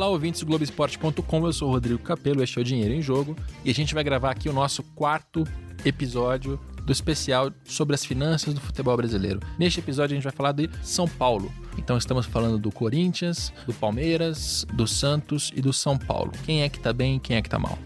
ouvintes do Globoesporte.com, eu sou o Rodrigo Capello, este é o Dinheiro em Jogo, e a gente vai gravar aqui o nosso 4º episódio do especial sobre as finanças do futebol brasileiro. Neste episódio a gente vai falar de São Paulo. Então estamos falando do Corinthians, do Palmeiras, do Santos e do São Paulo. Quem é que tá bem e quem é que tá mal?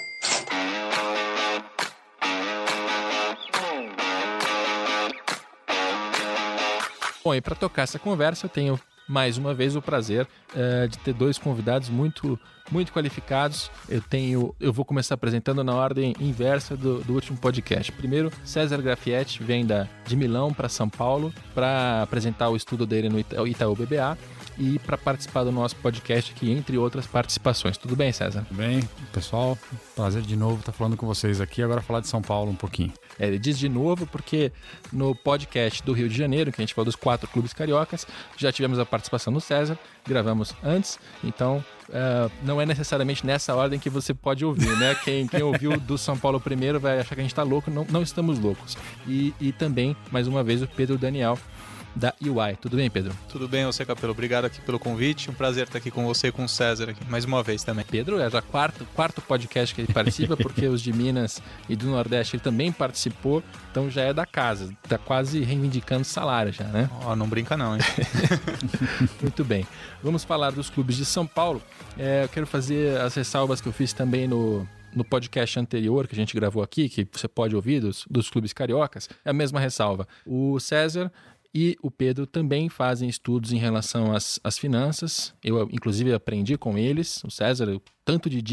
Bom, e para tocar essa conversa eu tenho mais uma vez o prazer de ter dois convidados muito qualificados. Eu vou começar apresentando na ordem inversa do último podcast. Primeiro, César Grafietti vem de Milão para São Paulo para apresentar o estudo dele no Itaú BBA e para participar do nosso podcast aqui, entre outras participações. Tudo bem, César? Tudo bem, pessoal. Prazer de novo estar falando com vocês aqui. Agora falar de São Paulo um pouquinho. Ele diz de novo porque no podcast do Rio de Janeiro, que a gente falou dos 4 clubes cariocas, já tivemos a participação do César, gravamos antes, então não é necessariamente nessa ordem que você pode ouvir, né? Quem ouviu do São Paulo primeiro vai achar que a gente está louco, não estamos loucos. E também, mais uma vez, o Pedro Daniel, da UI. Tudo bem, Pedro? Tudo bem, você, Capello. Obrigado aqui pelo convite. Um prazer estar aqui com você e com o César aqui, mais uma vez também. Pedro é já quarto podcast que ele participa, porque os de Minas e do Nordeste ele também participou, então já é da casa. Tá quase reivindicando salário já, né? Não brinca não, hein? Muito bem. Vamos falar dos clubes de São Paulo. Eu quero fazer as ressalvas que eu fiz também no podcast anterior que a gente gravou aqui, que você pode ouvir dos clubes cariocas. É a mesma ressalva. O César e o Pedro também fazem estudos em relação às finanças. Eu, inclusive, aprendi com eles. O César, o tanto de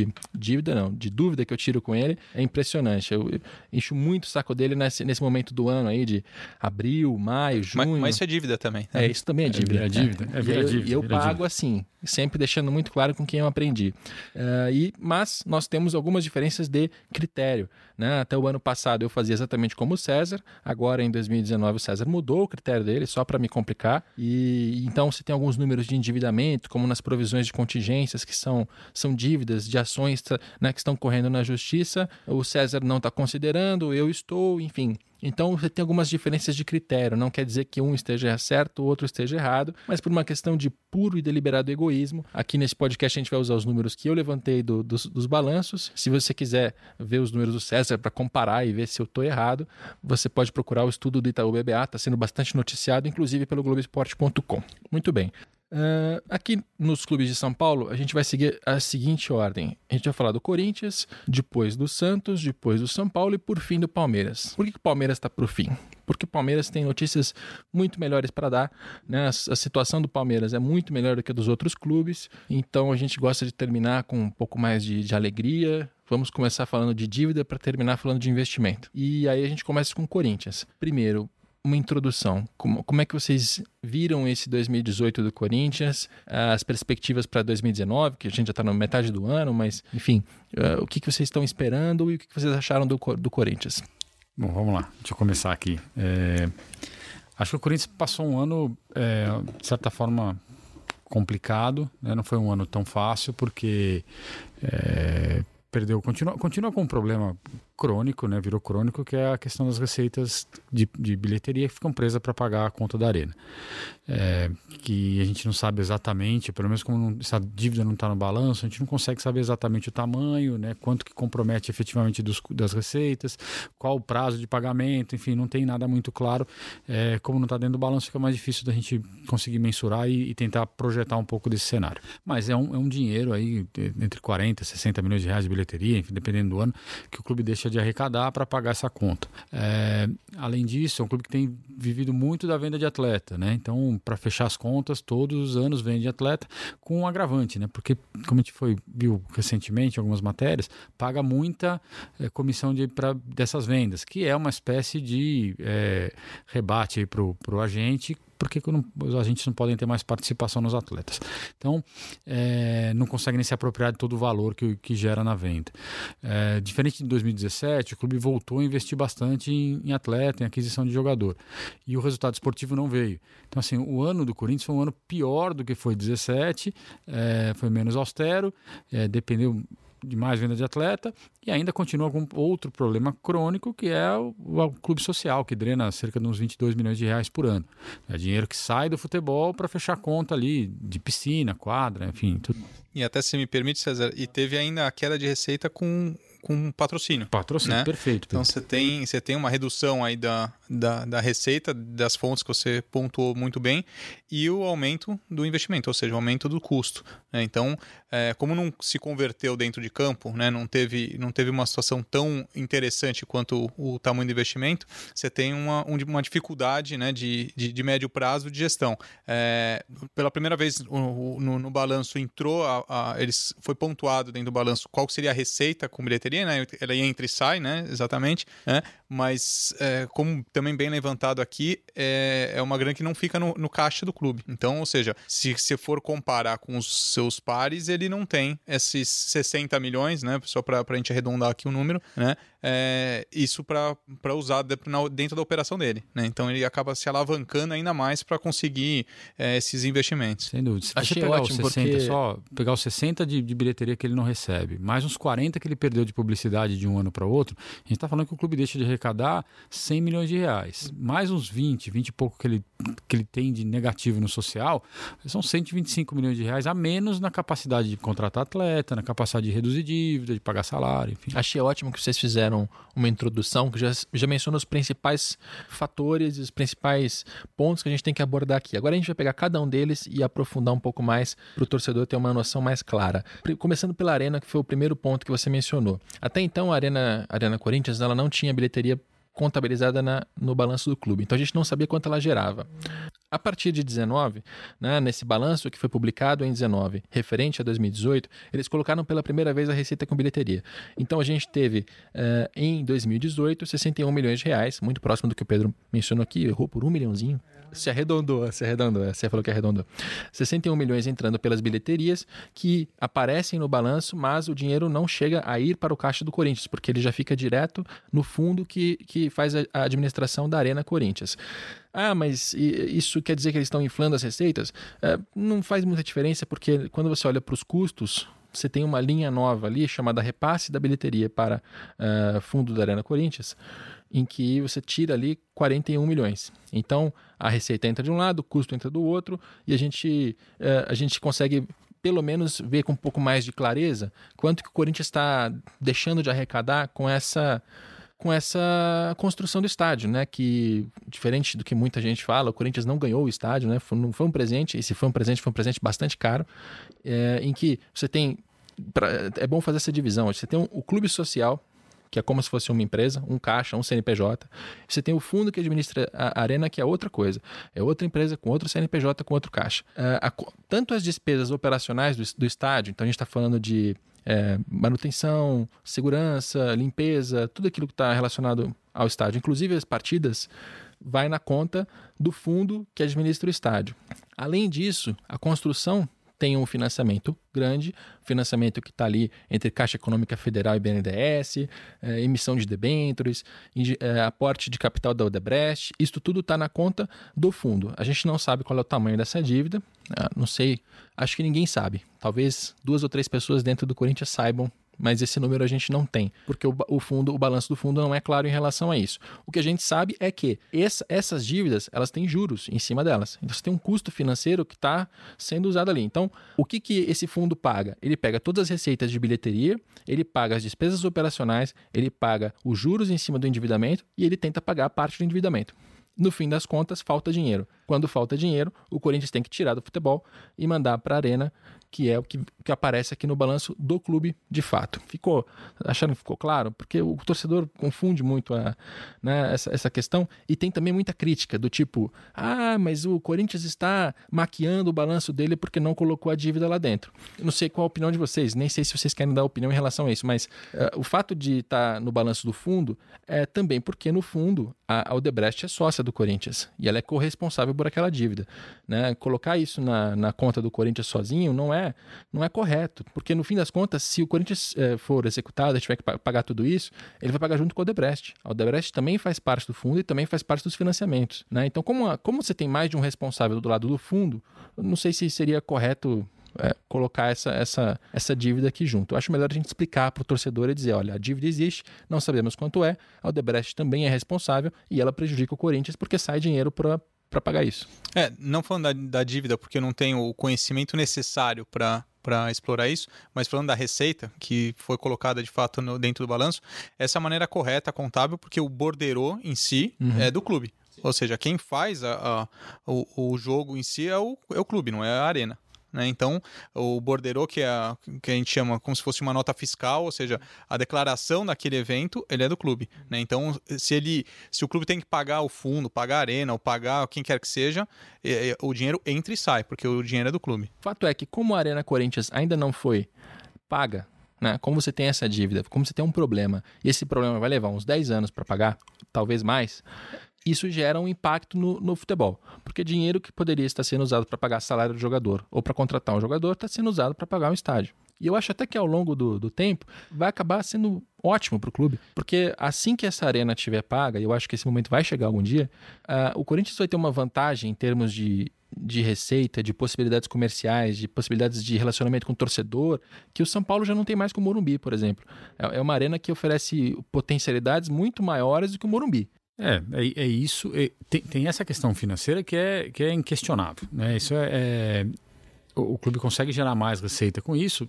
dúvida que eu tiro com ele é impressionante. Eu encho muito o saco dele nesse momento do ano aí, de abril, maio, junho. Mas isso é dívida também. Né? Isso também é dívida. E eu pago assim, sempre deixando muito claro com quem eu aprendi. Mas nós temos algumas diferenças de critério, né? Até o ano passado eu fazia exatamente como o César. Agora, em 2019, o César mudou o critério dele, só para me complicar. E então, você tem alguns números de endividamento, como nas provisões de contingências, que são dívidas de ações, né, que estão correndo na justiça. O César não está considerando, eu estou, enfim. Então você tem algumas diferenças de critério. Não quer dizer que um esteja certo, o outro esteja errado, mas por uma questão de puro e deliberado egoísmo. Aqui nesse podcast a gente vai usar os números que eu levantei dos balanços. Se você quiser ver os números do César para comparar e ver se eu estou errado, você pode procurar o estudo do Itaú BBA, está sendo bastante noticiado, inclusive pelo Globoesporte.com. Muito bem. Aqui nos clubes de São Paulo, a gente vai seguir a seguinte ordem. A gente vai falar do Corinthians, depois do Santos, depois do São Paulo e por fim do Palmeiras. Por que o Palmeiras está por fim? Porque o Palmeiras tem notícias muito melhores para dar, né? A situação do Palmeiras é muito melhor do que a dos outros clubes, então a gente gosta de terminar com um pouco mais de alegria. Vamos começar falando de dívida para terminar falando de investimento. E aí a gente começa com o Corinthians. Primeiro, uma introdução. Como é que vocês viram esse 2018 do Corinthians, as perspectivas para 2019, que a gente já está na metade do ano, mas, enfim, o que vocês estão esperando e o que vocês acharam do Corinthians? Bom, vamos lá. Deixa eu começar aqui. Acho que o Corinthians passou um ano, de certa forma, complicado, né? Não foi um ano tão fácil, porque continua com um problema crônico, né? Virou crônico, que é a questão das receitas de bilheteria que ficam presas para pagar a conta da Arena. Que a gente não sabe exatamente, pelo menos como essa dívida não está no balanço, a gente não consegue saber exatamente o tamanho, né? Quanto que compromete efetivamente das receitas, qual o prazo de pagamento, enfim, não tem nada muito claro. Como não está dentro do balanço, fica mais difícil da gente conseguir mensurar e tentar projetar um pouco desse cenário. Mas é um dinheiro aí, entre 40 e 60 milhões de reais de bilheteria, enfim, dependendo do ano, que o clube deixa de arrecadar para pagar essa conta. Além disso, é um clube que tem vivido muito da venda de atleta, né? Então, para fechar as contas, todos os anos vende atleta com um agravante, né? Porque, como a gente viu recentemente em algumas matérias, paga muita comissão dessas vendas, que é uma espécie de rebate para o agente, porque os agentes não podem ter mais participação nos atletas. Então, não conseguem nem se apropriar de todo o valor que gera na venda. Diferente de 2017, o clube voltou a investir bastante em atleta, em aquisição de jogador. E o resultado esportivo não veio. Então, assim, o ano do Corinthians foi um ano pior do que foi 2017, foi menos austero, dependeu demais venda de atleta e ainda continua com outro problema crônico, que é o clube social, que drena cerca de uns 22 milhões de reais por ano. É dinheiro que sai do futebol para fechar conta ali de piscina, quadra, enfim, tudo. E até se me permite, César, e teve ainda a queda de receita com patrocínio. Patrocínio, né? Perfeito. Então você tem uma redução aí da receita, das fontes que você pontuou muito bem, e o aumento do investimento, ou seja, o aumento do custo. Né? Então, como não se converteu dentro de campo, né? não teve uma situação tão interessante quanto o tamanho do investimento, você tem uma dificuldade, né? de médio prazo de gestão. Pela primeira vez no balanço entrou, foi pontuado dentro do balanço qual seria a receita com bilheteria, né? Ela entra e sai, né? Exatamente, né? Mas como também bem levantado aqui, é uma grana que não fica no caixa do clube. Então, ou seja, se você for comparar com os seus pares, ele não tem esses 60 milhões, né? Só para a gente arredondar aqui o número, né? Isso para usar dentro da operação dele, né? Então ele acaba se alavancando ainda mais para conseguir esses investimentos. Sem dúvida. Se você pegar ótimo, os 60, só pegar os 60 de bilheteria que ele não recebe, mais uns 40 que ele perdeu de publicidade de um ano para outro, a gente está falando que o clube deixa de arrecadar 100 milhões de reais. Mais uns 20 e pouco que ele tem de negativo no social, são 125 milhões de reais a menos na capacidade de contratar atleta, na capacidade de reduzir dívida, de pagar salário, enfim. Achei ótimo que vocês fizeram uma introdução que já menciona os principais fatores e os principais pontos que a gente tem que abordar aqui. Agora a gente vai pegar cada um deles e aprofundar um pouco mais para o torcedor ter uma noção mais clara. Começando pela Arena, que foi o primeiro ponto que você mencionou. Até então, a Arena Corinthians ela não tinha bilheteria contabilizada no balanço do clube. Então a gente não sabia quanto ela gerava. A partir de 19, né, nesse balanço que foi publicado em 19, referente a 2018, eles colocaram pela primeira vez a receita com bilheteria. Então a gente teve, em 2018, 61 milhões de reais, muito próximo do que o Pedro mencionou aqui, errou por $1 milhãozinho. Se arredondou, você falou que arredondou. 61 milhões entrando pelas bilheterias que aparecem no balanço, mas o dinheiro não chega a ir para o caixa do Corinthians, porque ele já fica direto no fundo que faz a administração da Arena Corinthians. Ah, mas isso quer dizer que eles estão inflando as receitas? Não faz muita diferença, porque quando você olha para os custos, você tem uma linha nova ali chamada repasse da bilheteria para fundo da Arena Corinthians, em que você tira ali 41 milhões. Então, a receita entra de um lado, o custo entra do outro, e a gente consegue pelo menos ver com um pouco mais de clareza quanto que o Corinthians está deixando de arrecadar com essa construção do estádio, né? Que, diferente do que muita gente fala, o Corinthians não ganhou o estádio, né? Não foi um presente, e se foi um presente bastante caro, em que você tem... É bom fazer essa divisão. Você tem o clube social, que é como se fosse uma empresa, um caixa, um CNPJ. Você tem o fundo que administra a Arena, que é outra coisa. É outra empresa com outro CNPJ, com outro caixa. Tanto as despesas operacionais do estádio, então a gente está falando de manutenção, segurança, limpeza, tudo aquilo que está relacionado ao estádio, inclusive as partidas, vai na conta do fundo que administra o estádio. Além disso, a construção tem um financiamento grande, financiamento que está ali entre Caixa Econômica Federal e BNDES, emissão de debêntures, aporte de capital da Odebrecht, isso tudo está na conta do fundo. A gente não sabe qual é o tamanho dessa dívida, não sei, acho que ninguém sabe. Talvez 2 ou 3 pessoas dentro do Corinthians saibam, mas esse número a gente não tem, porque o balanço do fundo não é claro em relação a isso. O que a gente sabe é que essas dívidas, elas têm juros em cima delas. Então você tem um custo financeiro que está sendo usado ali. Então, o que esse fundo paga? Ele pega todas as receitas de bilheteria, ele paga as despesas operacionais, ele paga os juros em cima do endividamento e ele tenta pagar a parte do endividamento. No fim das contas, falta dinheiro. Quando falta dinheiro, o Corinthians tem que tirar do futebol e mandar para a Arena, que é o que aparece aqui no balanço do clube de fato. Acharam que ficou claro? Porque o torcedor confunde muito essa questão, e tem também muita crítica do tipo, mas o Corinthians está maquiando o balanço dele porque não colocou a dívida lá dentro. Eu não sei qual a opinião de vocês, nem sei se vocês querem dar opinião em relação a isso, mas o fato de estar no balanço do fundo é também porque no fundo a Odebrecht é sócia do Corinthians e ela é corresponsável por aquela dívida. Né? Colocar isso na conta do Corinthians sozinho não é correto, porque no fim das contas, se o Corinthians for executado, tiver que pagar tudo isso, ele vai pagar junto com a Odebrecht. A Odebrecht também faz parte do fundo e também faz parte dos financiamentos. Né? Então, como você tem mais de um responsável do lado do fundo, não sei se seria correto colocar essa dívida aqui junto. Eu acho melhor a gente explicar para o torcedor e dizer, olha, a dívida existe, não sabemos quanto é, a Odebrecht também é responsável e ela prejudica o Corinthians porque sai dinheiro para pagar isso. Não falando da dívida, porque eu não tenho o conhecimento necessário para explorar isso, mas falando da receita, que foi colocada de fato dentro do balanço, essa é a maneira correta, contábil, porque o borderô em si é do clube. Ou seja, quem faz o jogo em si é o clube, não é a arena. Né? Então, o borderô, que a gente chama como se fosse uma nota fiscal, ou seja, a declaração daquele evento, ele é do clube. Né? Então, se o clube tem que pagar o fundo, pagar a arena, ou pagar quem quer que seja, o dinheiro entra e sai, porque o dinheiro é do clube. O fato é que, como a Arena Corinthians ainda não foi paga, né? Como você tem essa dívida, como você tem um problema, e esse problema vai levar uns 10 anos para pagar, talvez mais, isso gera um impacto no futebol. Porque dinheiro que poderia estar sendo usado para pagar salário do jogador ou para contratar um jogador está sendo usado para pagar um estádio. E eu acho até que ao longo do tempo vai acabar sendo ótimo para o clube. Porque assim que essa arena estiver paga, e eu acho que esse momento vai chegar algum dia, o Corinthians vai ter uma vantagem em termos de receita, de possibilidades comerciais, de possibilidades de relacionamento com o torcedor, que o São Paulo já não tem mais com o Morumbi, por exemplo. É uma arena que oferece potencialidades muito maiores do que o Morumbi. É isso. Tem essa questão financeira que é inquestionável. Né? Isso o clube consegue gerar mais receita com isso,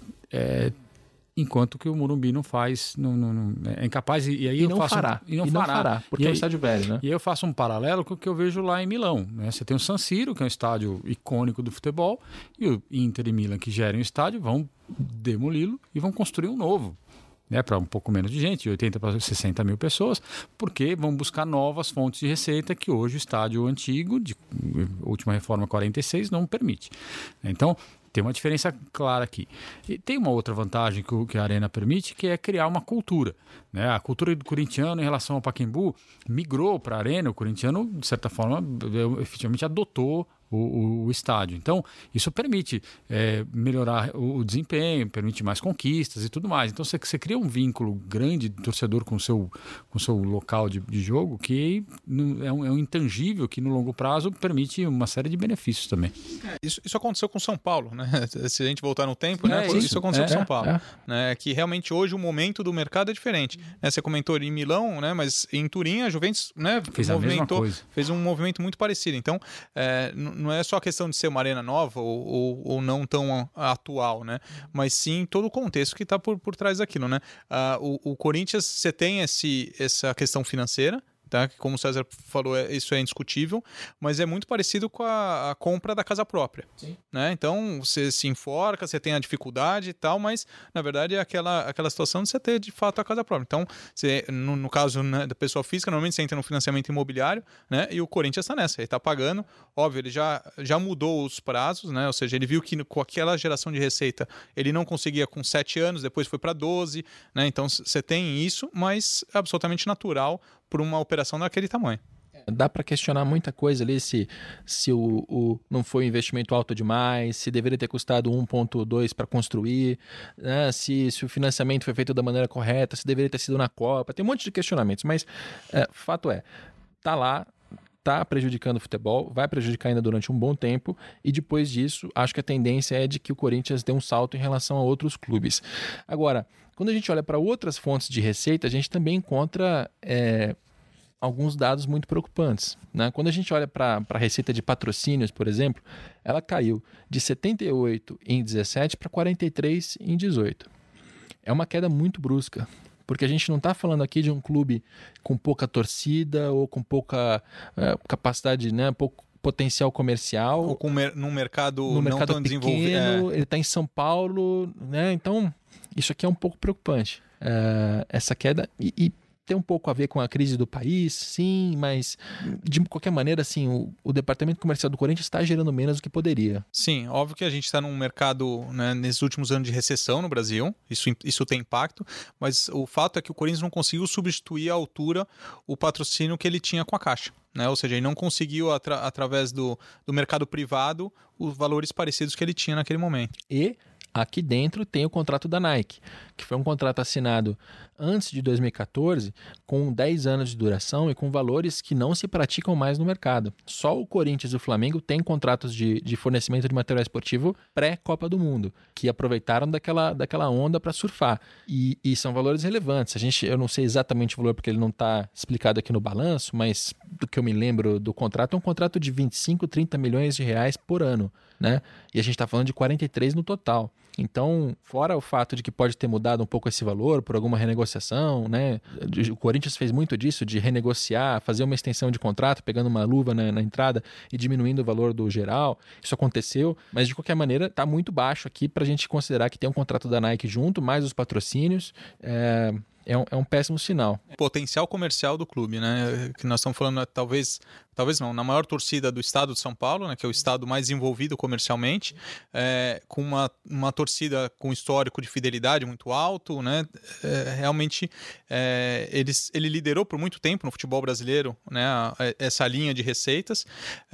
enquanto que o Morumbi não faz, não é incapaz. E aí não fará, porque é um estádio velho, né? E aí eu faço um paralelo com o que eu vejo lá em Milão. Né? Você tem o San Siro, que é um estádio icônico do futebol, e o Inter e Milan, que gerem o estádio, vão demoli-lo e vão construir um novo. Para um pouco menos de gente, de 80 para 60 mil pessoas, porque vão buscar novas fontes de receita que hoje o estádio antigo, de última reforma 46, não permite. Então, tem uma diferença clara aqui. E tem uma outra vantagem que a Arena permite, que é criar uma cultura. Né? A cultura do corintiano em relação ao Pacaembu migrou para a Arena. O corintiano, de certa forma, efetivamente adotou o estádio. Então, isso permite melhorar o desempenho, permite mais conquistas e tudo mais. Então, você cria um vínculo grande do torcedor com o seu local de jogo, que é um intangível que, no longo prazo, permite uma série de benefícios também. Isso aconteceu com São Paulo, né? Se a gente voltar no tempo, né? Isso aconteceu com São Paulo. Né? Que realmente hoje o momento do mercado é diferente. Né? Você comentou em Milão, né? Mas em Turim a Juventus, né? Fez um movimento muito parecido. Então, não é só a questão de ser uma arena nova ou não tão atual, né? Mas sim todo o contexto que está por trás daquilo, né? O Corinthians, você tem essa questão financeira, tá? Que, como o César falou, isso é indiscutível, mas é muito parecido com a compra da casa própria. Sim. Né? Então, você se enforca, você tem a dificuldade e tal, mas, na verdade, é aquela situação de você ter, de fato, a casa própria. Então, no caso, né, da pessoa física, normalmente você entra no financiamento imobiliário, né? E o Corinthians está nessa, ele está pagando. Óbvio, ele já mudou os prazos, né? Ou seja, ele viu que com aquela geração de receita, ele não conseguia com 7 anos, depois foi para 12, né? Então, você tem isso, mas é absolutamente natural por uma operação daquele tamanho. Dá para questionar muita coisa ali, se não foi um investimento alto demais, se deveria ter custado 1,2 para construir, né? Se o financiamento foi feito da maneira correta, se deveria ter sido na Copa. Tem um monte de questionamentos, mas fato tá lá, tá prejudicando o futebol, vai prejudicar ainda durante um bom tempo, e depois disso, acho que a tendência é de que o Corinthians dê um salto em relação a outros clubes. Agora, quando a gente olha para outras fontes de receita, a gente também encontra alguns dados muito preocupantes. Né? Quando a gente olha para a receita de patrocínios, por exemplo, ela caiu de 78 em 17 para 43 em 18. É uma queda muito brusca, porque a gente não está falando aqui de um clube com pouca torcida ou com pouca capacidade, né, pouco potencial comercial. Ou num mercado não tão pequeno, desenvolvido. Ele está em São Paulo, né? Então, isso aqui é um pouco preocupante. Essa queda e tem um pouco a ver com a crise do país, sim, mas de qualquer maneira, assim, o departamento comercial do Corinthians está gerando menos do que poderia. Sim, óbvio que a gente está num mercado, né, nesses últimos anos de recessão no Brasil, isso tem impacto, mas o fato é que o Corinthians não conseguiu substituir à altura o patrocínio que ele tinha com a Caixa. Né? Ou seja, ele não conseguiu, através do mercado privado, os valores parecidos que ele tinha naquele momento. E Aqui dentro tem o contrato da Nike, que foi um contrato assinado antes de 2014, com 10 anos de duração e com valores que não se praticam mais no mercado. Só o Corinthians e o Flamengo têm contratos de fornecimento de material esportivo pré-Copa do Mundo, que aproveitaram daquela onda para surfar. E são valores relevantes. Eu não sei exatamente o valor porque ele não está explicado aqui no balanço, mas do que eu me lembro do contrato, é um contrato de 25, 30 milhões de reais por ano, né? E a gente está falando de 43 no total. Então, fora o fato de que pode ter mudado um pouco esse valor por alguma renegociação, né? O Corinthians fez muito disso, de renegociar, fazer uma extensão de contrato, pegando uma luva na entrada e diminuindo o valor do geral. Isso aconteceu, mas de qualquer maneira está muito baixo aqui para a gente considerar que tem um contrato da Nike junto, mais os patrocínios. É um péssimo sinal. Potencial comercial do clube, né? Que nós estamos falando, talvez não, na maior torcida do estado de São Paulo, né? Que é o estado mais envolvido comercialmente, com uma torcida com histórico de fidelidade muito alto, né? Realmente, ele liderou por muito tempo no futebol brasileiro, né? Essa linha de receitas.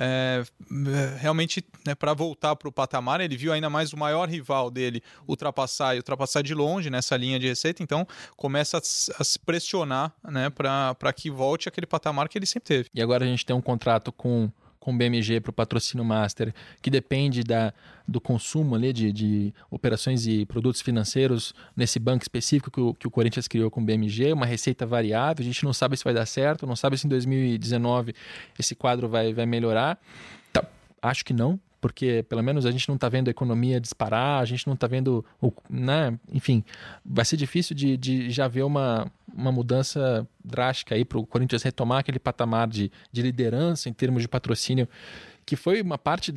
Realmente, né, para voltar para o patamar, ele viu ainda mais o maior rival dele ultrapassar de longe nessa linha de receita, então começa a se pressionar, né, para que volte àquele patamar que ele sempre teve. E agora a gente tem um contrato com o BMG para o patrocínio master, que depende do consumo ali de operações e produtos financeiros nesse banco específico que o Corinthians criou com o BMG, uma receita variável, a gente não sabe se vai dar certo, não sabe se em 2019 esse quadro vai melhorar. Acho que não, porque pelo menos a gente não está vendo a economia disparar, a gente não está vendo, né? Enfim, vai ser difícil de já ver uma mudança drástica aí para o Corinthians retomar aquele patamar de liderança em termos de patrocínio, que foi uma parte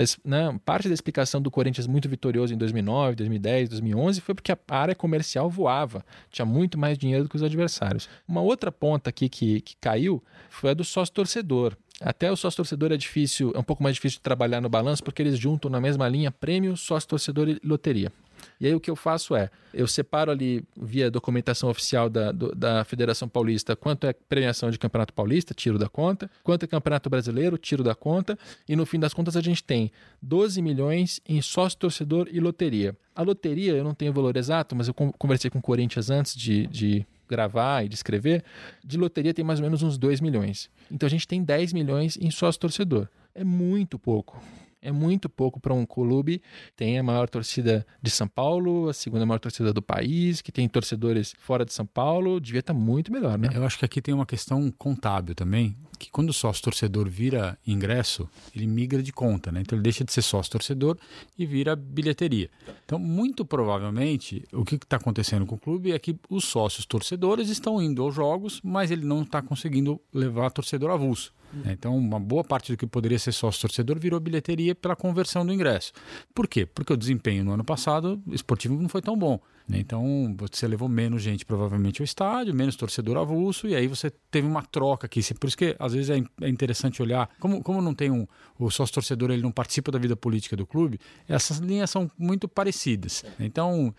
parte da explicação do Corinthians muito vitorioso em 2009, 2010, 2011, foi porque a área comercial voava, tinha muito mais dinheiro do que os adversários. Uma outra ponta aqui que caiu foi a do sócio-torcedor. Até o sócio-torcedor é um pouco mais difícil de trabalhar no balanço, porque eles juntam na mesma linha prêmio, sócio-torcedor e loteria. E aí o que eu faço eu separo ali via documentação oficial da Federação Paulista quanto é premiação de Campeonato Paulista, tiro da conta, quanto é Campeonato Brasileiro, tiro da conta, e no fim das contas a gente tem 12 milhões em sócio-torcedor e loteria. A loteria, eu não tenho o valor exato, mas eu conversei com o Corinthians antes de gravar e de escrever, de loteria tem mais ou menos uns 2 milhões. Então a gente tem 10 milhões em sócio-torcedor. É muito pouco. É muito pouco para um clube que tem a maior torcida de São Paulo, a segunda maior torcida do país, que tem torcedores fora de São Paulo, devia estar muito melhor, né? Eu acho que aqui tem uma questão contábil também, que quando o sócio-torcedor vira ingresso, ele migra de conta, né? Então ele deixa de ser sócio-torcedor e vira bilheteria. Então, muito provavelmente, o que está acontecendo com o clube é que os sócios-torcedores estão indo aos jogos, mas ele não está conseguindo levar torcedor avulso. Então, uma boa parte do que poderia ser sócio-torcedor virou bilheteria pela conversão do ingresso. Por quê? Porque o desempenho no ano passado esportivo não foi tão bom. Então, você levou menos gente provavelmente ao estádio, menos torcedor avulso, e aí você teve uma troca aqui. Por isso que, às vezes, é interessante olhar. Como não tem o sócio-torcedor, ele não participa da vida política do clube, essas linhas são muito parecidas. Então,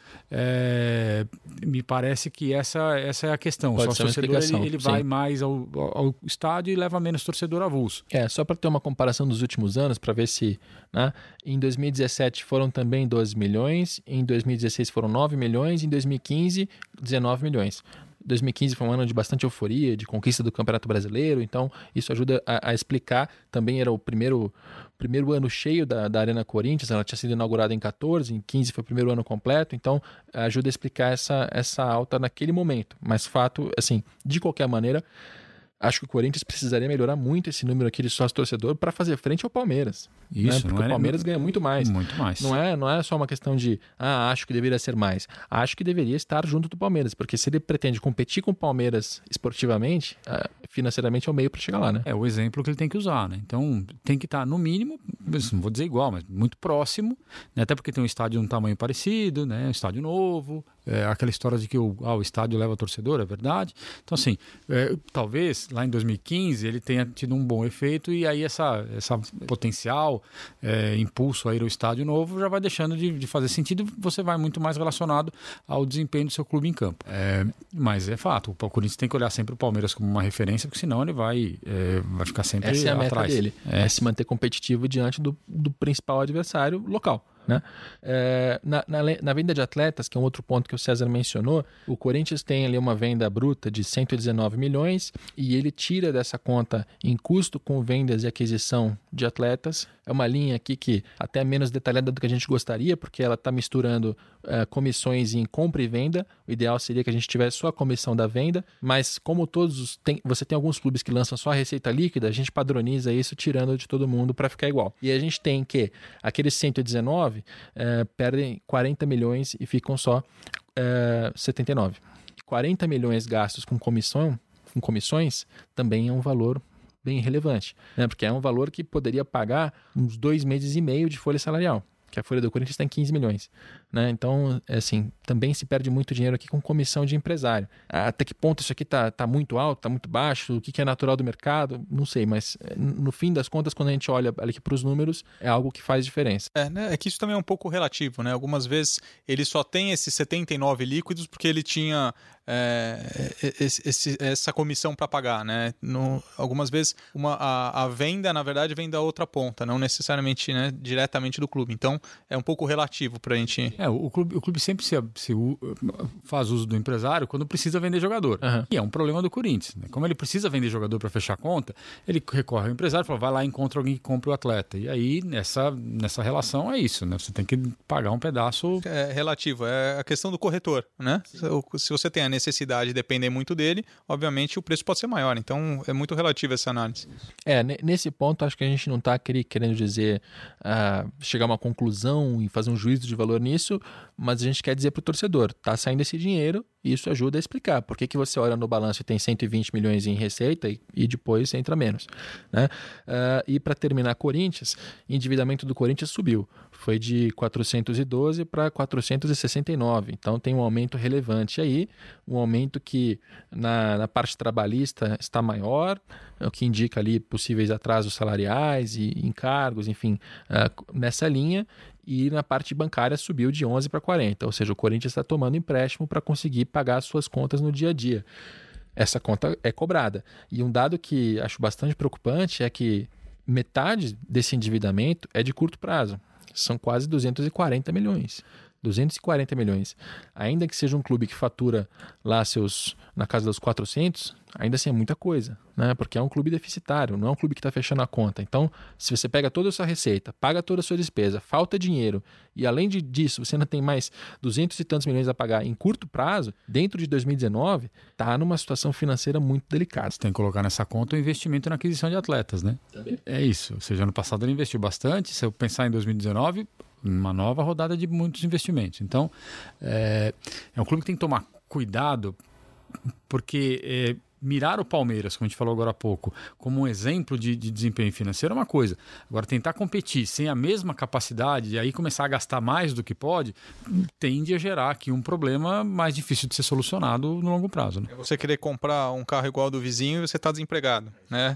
me parece que essa é a questão. Pode o sócio-torcedor ele vai mais ao estádio e leva menos torcedor avulso. Só para ter uma comparação dos últimos anos, para ver se... Né, em 2017 foram também 12 milhões, em 2016 foram 9 milhões, em 2015, 19 milhões. 2015 foi um ano de bastante euforia, de conquista do Campeonato Brasileiro, então isso ajuda a explicar. Também era o primeiro ano cheio da Arena Corinthians, ela tinha sido inaugurada em 14, em 15 foi o primeiro ano completo, então ajuda a explicar essa alta naquele momento. Mas fato, assim, de qualquer maneira, acho que o Corinthians precisaria melhorar muito esse número aqui de sócio-torcedor para fazer frente ao Palmeiras. Isso, né? Porque o Palmeiras ganha muito mais. Muito mais. Não é só uma questão de, acho que deveria ser mais. Acho que deveria estar junto do Palmeiras, porque se ele pretende competir com o Palmeiras esportivamente, financeiramente é o meio para chegar lá, né? É o exemplo que ele tem que usar, né? Então, tem que estar, no mínimo, não vou dizer igual, mas muito próximo, né? Até porque tem um estádio de um tamanho parecido, né? Um estádio novo, aquela história de que o estádio leva torcedor, é verdade. Então, assim, talvez lá em 2015 ele tenha tido um bom efeito e aí essa potencial impulso a ir ao estádio novo já vai deixando de fazer sentido, você vai muito mais relacionado ao desempenho do seu clube em campo. Mas é fato, o Corinthians tem que olhar sempre o Palmeiras como uma referência, porque senão ele vai ficar sempre atrás. Essa é a meta dele, é se manter competitivo diante do principal adversário local. né? Na venda de atletas, que é um outro ponto que o César mencionou, o Corinthians tem ali uma venda bruta de 119 milhões e ele tira dessa conta em custo com vendas e aquisição de atletas. É uma linha aqui que até é menos detalhada do que a gente gostaria, porque ela está misturando comissões em compra e venda. O ideal seria que a gente tivesse só a comissão da venda, mas como você tem alguns clubes que lançam só a receita líquida, a gente padroniza isso tirando de todo mundo para ficar igual. E a gente tem que aqueles 119 perdem 40 milhões e ficam só 79. 40 milhões gastos com comissões também é um valor bem relevante, né? Porque é um valor que poderia pagar uns 2 meses e meio de folha salarial, que a folha do Corinthians está em 15 milhões. Né? Então, assim, também se perde muito dinheiro aqui com comissão de empresário. Até que ponto isso aqui tá muito alto, tá muito baixo, o que é natural do mercado, não sei, mas no fim das contas, quando a gente olha aqui para os números, é algo que faz diferença. É que isso também é um pouco relativo, né? Algumas vezes ele só tem esses 79 líquidos porque ele tinha essa comissão para pagar, né? Algumas vezes a venda, na verdade, vem da outra ponta, não necessariamente, né, diretamente do clube. Então, é um pouco relativo para a gente... O clube sempre se faz uso do empresário quando precisa vender jogador. Uhum. E é um problema do Corinthians. Né? Como ele precisa vender jogador para fechar a conta, ele recorre ao empresário e fala, vai lá e encontra alguém que compre o atleta. E aí, nessa relação, é isso. Né? Você tem que pagar um pedaço... É relativo. É a questão do corretor. Né? Se você tem a necessidade de depender muito dele, obviamente o preço pode ser maior. Então, é muito relativo essa análise. Nesse ponto, acho que a gente não está querendo dizer chegar a uma conclusão e fazer um juízo de valor nisso, mas a gente quer dizer para o torcedor, está saindo esse dinheiro e isso ajuda a explicar por que você olha no balanço e tem 120 milhões em receita e depois entra menos. Né? E para terminar, Corinthians, endividamento do Corinthians subiu, foi de 412 para 469, então tem um aumento relevante aí, um aumento que na parte trabalhista está maior, o que indica ali possíveis atrasos salariais e encargos, enfim, nessa linha. E na parte bancária subiu de 11 para 40, ou seja, o Corinthians está tomando empréstimo para conseguir pagar as suas contas no dia a dia. Essa conta é cobrada. E um dado que acho bastante preocupante é que metade desse endividamento é de curto prazo. São quase 240 milhões. 240 milhões. Ainda que seja um clube que fatura lá na casa dos 400, ainda assim é muita coisa, né? Porque é um clube deficitário, não é um clube que está fechando a conta. Então, se você pega toda a sua receita, paga toda a sua despesa, falta dinheiro, e além disso, você ainda tem mais 200 e tantos milhões a pagar em curto prazo, dentro de 2019, está numa situação financeira muito delicada. Você tem que colocar nessa conta o investimento na aquisição de atletas, né? Também. É isso. Ou seja, ano passado ele investiu bastante, se eu pensar em 2019... uma nova rodada de muitos investimentos. Então, é um clube que tem que tomar cuidado, porque mirar o Palmeiras, como a gente falou agora há pouco, como um exemplo de desempenho financeiro é uma coisa. Agora, tentar competir sem a mesma capacidade e aí começar a gastar mais do que pode, tende a gerar aqui um problema mais difícil de ser solucionado no longo prazo. Né? É você querer comprar um carro igual ao do vizinho e você está desempregado, né?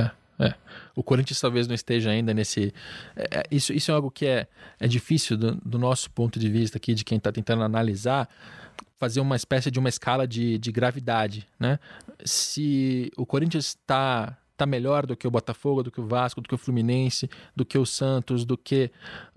O Corinthians talvez não esteja ainda nesse... Isso é algo que é difícil do nosso ponto de vista aqui, de quem está tentando analisar, fazer uma espécie de uma escala de gravidade. Né? Se o Corinthians está melhor do que o Botafogo, do que o Vasco, do que o Fluminense, do que o Santos, do que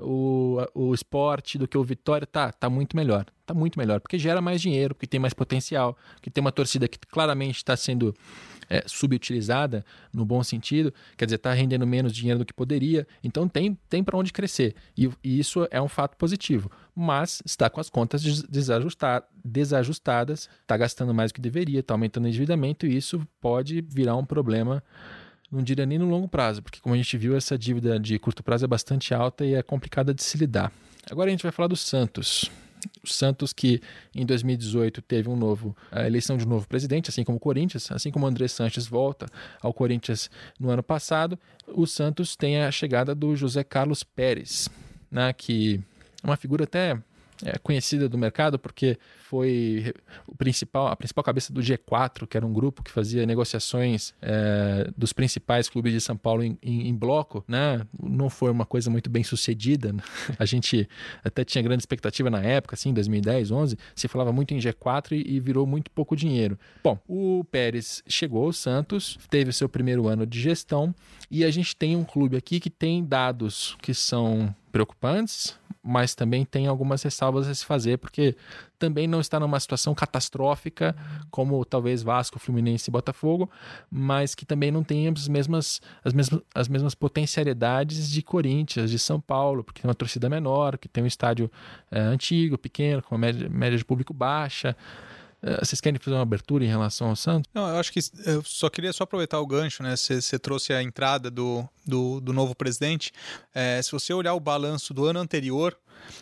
o Sport, do que o Vitória, tá muito melhor. Está muito melhor, porque gera mais dinheiro, porque tem mais potencial, porque tem uma torcida que claramente está sendo subutilizada, no bom sentido, quer dizer, está rendendo menos dinheiro do que poderia, então tem para onde crescer, e isso é um fato positivo, mas está com as contas desajustadas, está gastando mais do que deveria, está aumentando o endividamento, e isso pode virar um problema, não diria nem no longo prazo, porque como a gente viu, essa dívida de curto prazo é bastante alta e é complicada de se lidar. Agora a gente vai falar do Santos. O Santos, que em 2018 teve a eleição de um novo presidente, assim como o Corinthians, assim como o André Sanches volta ao Corinthians no ano passado, o Santos tem a chegada do José Carlos Pérez, né, que é uma figura até conhecida do mercado, porque foi a principal cabeça do G4, que era um grupo que fazia negociações dos principais clubes de São Paulo em bloco, né? Não foi uma coisa muito bem sucedida, né? A gente até tinha grande expectativa na época, assim, 2010, 11, se falava muito em G4 e virou muito pouco dinheiro. Bom, o Pérez chegou ao Santos, teve o seu primeiro ano de gestão e a gente tem um clube aqui que tem dados que são preocupantes, mas também tem algumas ressalvas a se fazer, porque também não está numa situação catastrófica como talvez Vasco, Fluminense e Botafogo, mas que também não tem as mesmas potencialidades de Corinthians, de São Paulo, porque tem uma torcida menor, que tem um estádio antigo, pequeno, com uma média de público baixa. Vocês querem fazer uma abertura em relação ao Santos? Não, eu acho que eu só queria aproveitar o gancho, né? Você trouxe a entrada do novo presidente. Se você olhar o balanço do ano anterior,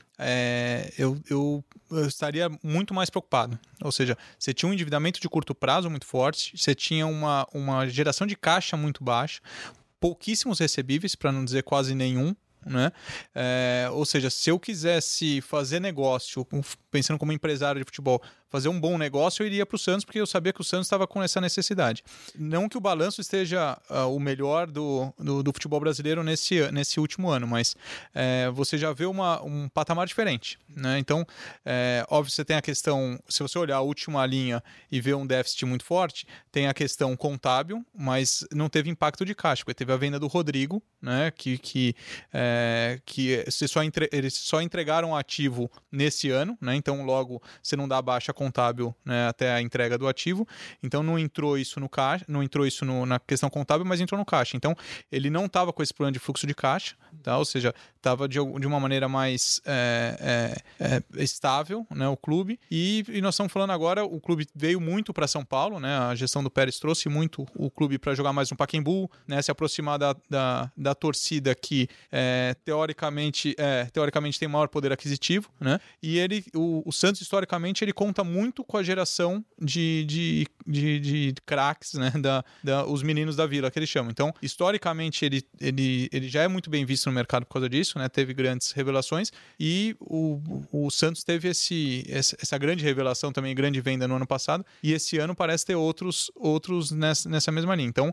eu estaria muito mais preocupado. Ou seja, você tinha um endividamento de curto prazo muito forte, você tinha uma geração de caixa muito baixa, pouquíssimos recebíveis, para não dizer quase nenhum, né? Ou seja, se eu quisesse fazer negócio, pensando como empresário de futebol, fazer um bom negócio, eu iria para o Santos, porque eu sabia que o Santos estava com essa necessidade. Não que o balanço esteja o melhor do futebol brasileiro nesse último ano, mas você já vê um patamar diferente, né? Então, óbvio, você tem a questão, se você olhar a última linha e ver um déficit muito forte, tem a questão contábil, mas não teve impacto de caixa, porque teve a venda do Rodrigo, né? Que eles só entregaram ativo nesse ano, né? Então logo você não dá baixa contábil, né, até a entrega do ativo, então não entrou isso no caixa, não entrou isso na questão contábil, mas entrou no caixa. Então ele não estava com esse problema de fluxo de caixa, tá? Ou seja, estava de uma maneira mais estável, né, o clube, e nós estamos falando agora, o clube veio muito para São Paulo, né? A gestão do Pérez trouxe muito o clube para jogar mais no Pacaembu, né, se aproximar da torcida que teoricamente tem maior poder aquisitivo, né? E o Santos, historicamente, ele conta muito com a geração de craques, né? Os meninos da Vila, que eles chamam. Então, historicamente, ele já é muito bem visto no mercado por causa disso, né? Teve grandes revelações e o Santos teve essa grande revelação também, grande venda no ano passado, e esse ano parece ter outros nessa mesma linha. Então,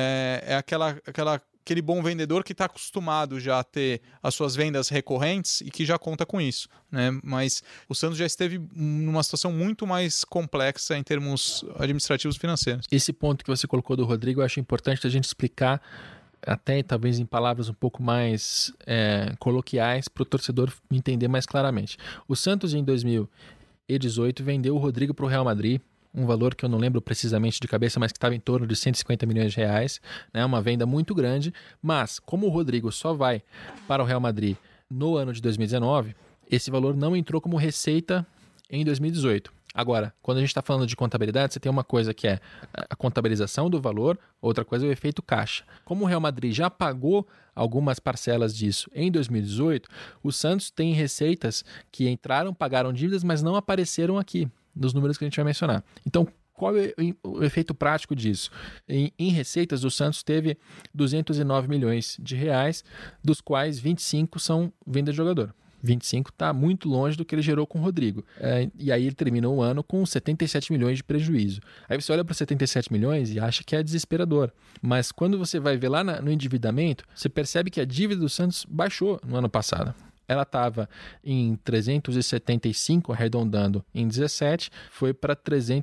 aquele bom vendedor que está acostumado já a ter as suas vendas recorrentes e que já conta com isso, né? Mas o Santos já esteve numa situação muito mais complexa em termos administrativos e financeiros. Esse ponto que você colocou do Rodrigo, eu acho importante a gente explicar, até talvez em palavras um pouco mais coloquiais, para o torcedor entender mais claramente. O Santos, em 2018, vendeu o Rodrigo para o Real Madrid, um valor que eu não lembro precisamente de cabeça, mas que estava em torno de 150 milhões de reais, né? Uma venda muito grande, mas como o Rodrigo só vai para o Real Madrid no ano de 2019, esse valor não entrou como receita em 2018. Agora, quando a gente está falando de contabilidade, você tem uma coisa que é a contabilização do valor, outra coisa é o efeito caixa. Como o Real Madrid já pagou algumas parcelas disso em 2018, o Santos tem receitas que entraram, pagaram dívidas, mas não apareceram aqui nos números que a gente vai mencionar. Então, qual é o efeito prático disso? Em receitas, o Santos teve 209 milhões de reais, dos quais 25 são venda de jogador. 25 está muito longe do que ele gerou com o Rodrigo. E aí ele terminou o ano com 77 milhões de prejuízo. Aí você olha para 77 milhões e acha que é desesperador. Mas quando você vai ver lá no endividamento, você percebe que a dívida do Santos baixou no ano passado. Ela estava em 375, arredondando em 17, foi para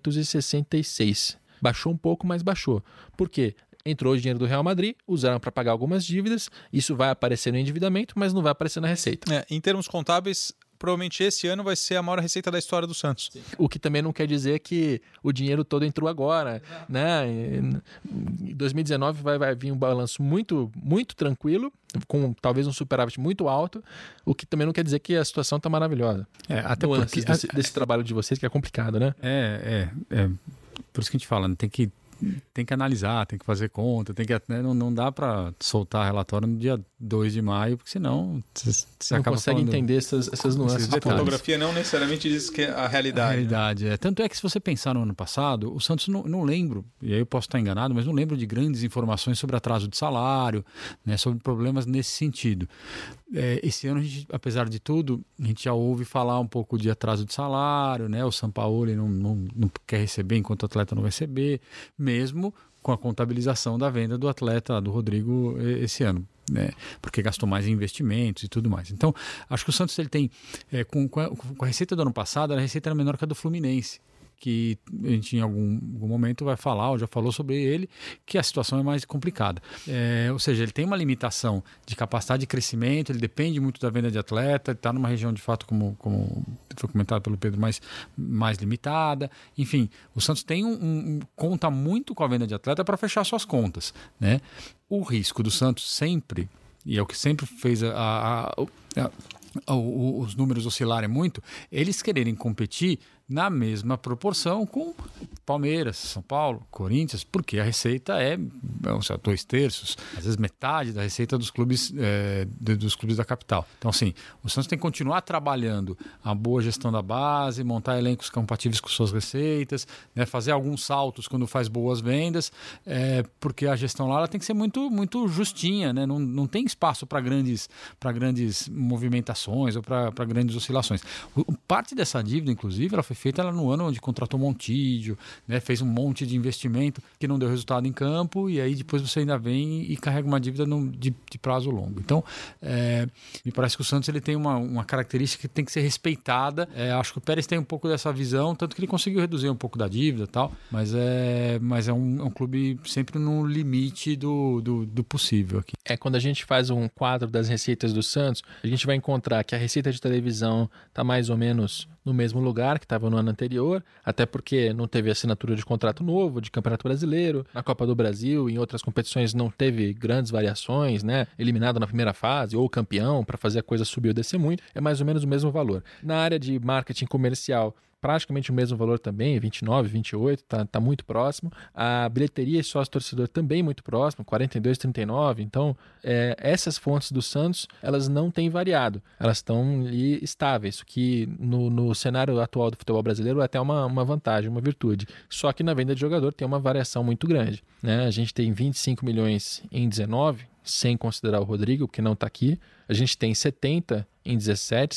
366. Baixou um pouco, mas baixou. Por quê? Entrou o dinheiro do Real Madrid, usaram para pagar algumas dívidas, isso vai aparecer no endividamento, mas não vai aparecer na receita. Em termos contábeis, provavelmente esse ano vai ser a maior receita da história do Santos. Sim. O que também não quer dizer que o dinheiro todo entrou agora, né? Em 2019 vai vir um balanço muito, muito tranquilo, com talvez um superávit muito alto, o que também não quer dizer que a situação está maravilhosa. Até porque desse trabalho de vocês que é complicado, né? Por isso que a gente fala, tem que analisar, tem que fazer conta, não dá para soltar relatório no dia 2 de maio, porque senão você não consegue entender essas nuances. A fotografia não necessariamente diz que é a realidade. A realidade, né? Tanto é que se você pensar no ano passado, o Santos não lembro, e aí eu posso estar enganado, mas não lembro de grandes informações sobre atraso de salário, né, sobre problemas nesse sentido. esse ano, apesar de tudo, a gente já ouve falar um pouco de atraso de salário, né? O Sampaoli não quer receber enquanto o atleta não vai receber, mesmo com a contabilização da venda do atleta, do Rodrigo, esse ano. Né? Porque gastou mais em investimentos e tudo mais. Então, acho que o Santos ele tem, com a receita do ano passado, a receita era menor que a do Fluminense, que a gente em algum momento vai falar, ou já falou sobre ele, que a situação é mais complicada. Ou seja, ele tem uma limitação de capacidade de crescimento, ele depende muito da venda de atleta, está numa região de fato, como foi comentado pelo Pedro, mais limitada. Enfim, o Santos tem conta muito com a venda de atleta para fechar suas contas. Né? O risco do Santos sempre, e é o que sempre fez os números oscilarem muito, eles quererem competir na mesma proporção com Palmeiras, São Paulo, Corinthians, porque a receita é 2/3, às vezes metade da receita dos clubes da capital. Então, assim, o Santos tem que continuar trabalhando a boa gestão da base, montar elencos compatíveis com suas receitas, né, fazer alguns saltos quando faz boas vendas, porque a gestão lá ela tem que ser muito, muito justinha, né? Não tem espaço para grandes movimentações ou para grandes oscilações. Parte dessa dívida, inclusive, ela foi feita no ano onde contratou Montijo, né, fez um monte de investimento que não deu resultado em campo, e aí depois você ainda vem e carrega uma dívida de prazo longo. Então, me parece que o Santos ele tem uma característica que tem que ser respeitada. Acho que o Pérez tem um pouco dessa visão, tanto que ele conseguiu reduzir um pouco da dívida e tal, mas é um clube sempre no limite do possível aqui. Quando a gente faz um quadro das receitas do Santos, a gente vai encontrar que a receita de televisão está mais ou menos no mesmo lugar que estava no ano anterior, até porque não teve assinatura de contrato novo, de Campeonato Brasileiro, na Copa do Brasil, em outras competições não teve grandes variações, né? Eliminado na primeira fase ou campeão para fazer a coisa subir ou descer muito, é mais ou menos o mesmo valor. Na área de marketing comercial, praticamente o mesmo valor também, 29, 28, tá muito próximo. A bilheteria e sócio-torcedor também muito próximo, 42, 39. Então, essas fontes do Santos, elas não têm variado. Elas estão ali estáveis, o que no cenário atual do futebol brasileiro é até uma vantagem, uma virtude. Só que na venda de jogador tem uma variação muito grande. Né? A gente tem 25 milhões em 19, sem considerar o Rodrigo, que não está aqui. A gente tem 70 em 17,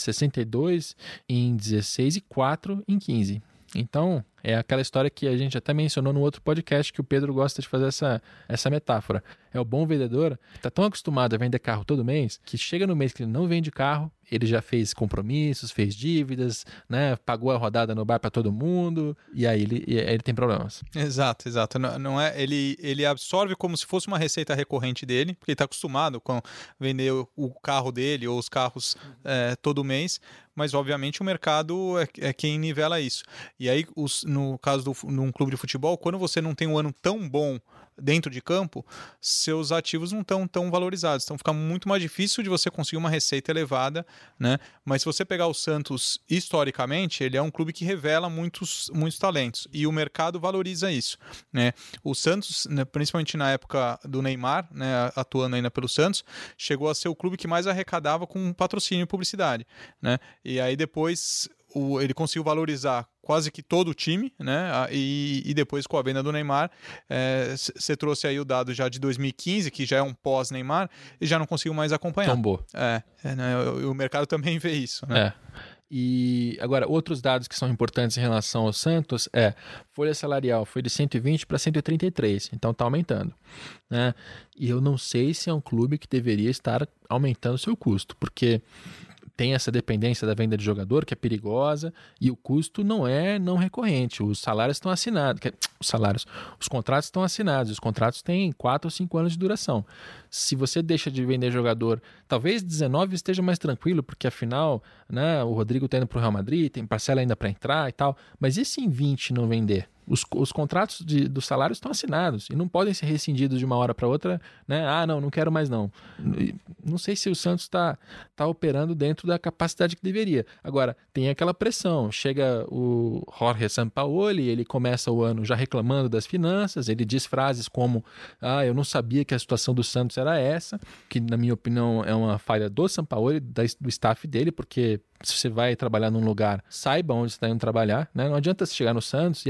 62 em 16 e 4 em 15. Então, é aquela história que a gente até mencionou no outro podcast, que o Pedro gosta de fazer essa metáfora. É o bom vendedor que está tão acostumado a vender carro todo mês, que chega no mês que ele não vende carro, ele já fez compromissos, fez dívidas, né, pagou a rodada no bar para todo mundo, e aí ele tem problemas. Exato. Não é, ele absorve como se fosse uma receita recorrente dele, porque ele está acostumado com vender o carro dele ou os carros todo mês, mas obviamente o mercado é quem nivela isso. E aí, no caso de um clube de futebol, quando você não tem um ano tão bom dentro de campo, seus ativos não estão tão valorizados. Então fica muito mais difícil de você conseguir uma receita elevada, né? Mas se você pegar o Santos historicamente, ele é um clube que revela muitos talentos e o mercado valoriza isso, né? O Santos, né, principalmente na época do Neymar, né, atuando ainda pelo Santos, chegou a ser o clube que mais arrecadava com patrocínio e publicidade, né? E aí depois ele conseguiu valorizar quase que todo o time, né? E depois com a venda do Neymar, você trouxe aí o dado já de 2015, que já é um pós-Neymar, e já não conseguiu mais acompanhar. Tombou. Né? O mercado também vê isso, né? E agora, outros dados que são importantes em relação ao Santos folha salarial foi de 120 para 133, então está aumentando. Né? E eu não sei se é um clube que deveria estar aumentando o seu custo, porque tem essa dependência da venda de jogador, que é perigosa, e o custo não é não recorrente. Os salários estão assinados. Os contratos estão assinados. Os contratos têm 4 ou 5 anos de duração. Se você deixa de vender jogador, talvez 19 esteja mais tranquilo, porque afinal, né, o Rodrigo está indo para o Real Madrid, tem parcela ainda para entrar e tal. Mas e se em 20 não vender? Os contratos dos salários estão assinados e não podem ser rescindidos de uma hora para outra, né? Não quero mais não. Não sei se o Santos está operando dentro da capacidade que deveria. Agora, tem aquela pressão. Chega o Jorge Sampaoli, ele começa o ano já reclamando das finanças, ele diz frases como eu não sabia que a situação do Santos era essa, que na minha opinião é uma falha do Sampaoli, do staff dele, porque se você vai trabalhar num lugar, saiba onde você está indo trabalhar, né? Não adianta você chegar no Santos e achar que o Santos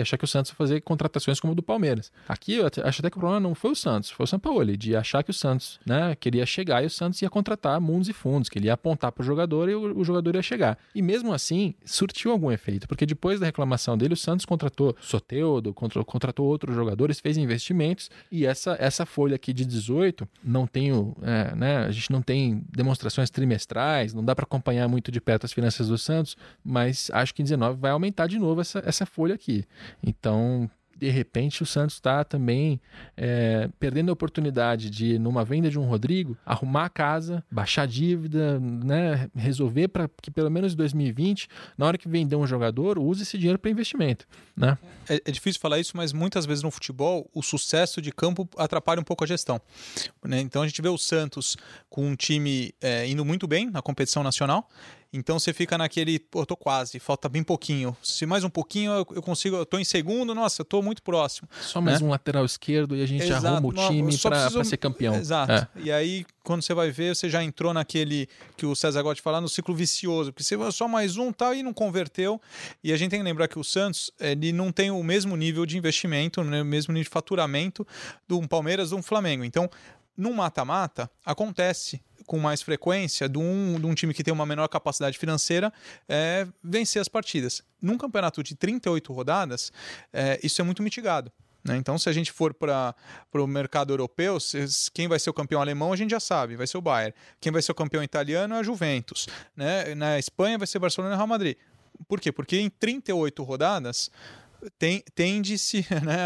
Santos a fazer contratações como o do Palmeiras. Aqui eu acho até que o problema não foi o Santos, foi o Sampaoli, de achar que o Santos, né, queria chegar e o Santos ia contratar mundos e fundos, que ele ia apontar para o jogador e o jogador ia chegar. E mesmo assim, surtiu algum efeito, porque depois da reclamação dele, o Santos contratou Soteldo, contratou outros jogadores, fez investimentos, e essa folha aqui de 18, não tenho, né, a gente não tem demonstrações trimestrais, não dá para acompanhar muito de perto as finanças do Santos, mas acho que em 19 vai aumentar de novo essa folha aqui. Então, de repente, o Santos está também perdendo a oportunidade de, numa venda de um Rodrigo, arrumar a casa, baixar a dívida, né, resolver para que pelo menos em 2020, na hora que vender um jogador, use esse dinheiro para investimento. Né? É difícil falar isso, mas muitas vezes no futebol o sucesso de campo atrapalha um pouco a gestão. Né? Então a gente vê o Santos com um time indo muito bem na competição nacional. Então você fica naquele, pô, tô quase, falta bem pouquinho. Se mais um pouquinho eu consigo, eu tô em segundo, nossa, eu tô muito próximo. Só mais um lateral esquerdo e a gente arruma o time para ser campeão. Exato. E aí, quando você vai ver, você já entrou naquele que o César gosta de falar, no ciclo vicioso, porque você só mais um tal e não converteu. E a gente tem que lembrar que o Santos, ele não tem o mesmo nível de investimento, né, o mesmo nível de faturamento de um Palmeiras, de um Flamengo. Então, num mata-mata, acontece com mais frequência de um time que tem uma menor capacidade financeira vencer as partidas. Num campeonato de 38 rodadas, isso é muito mitigado. Né? Então, se a gente for para o mercado europeu, quem vai ser o campeão alemão a gente já sabe, vai ser o Bayern. Quem vai ser o campeão italiano é a Juventus. Né? Na Espanha vai ser Barcelona e Real Madrid. Por quê? Porque em 38 rodadas tende-se, né,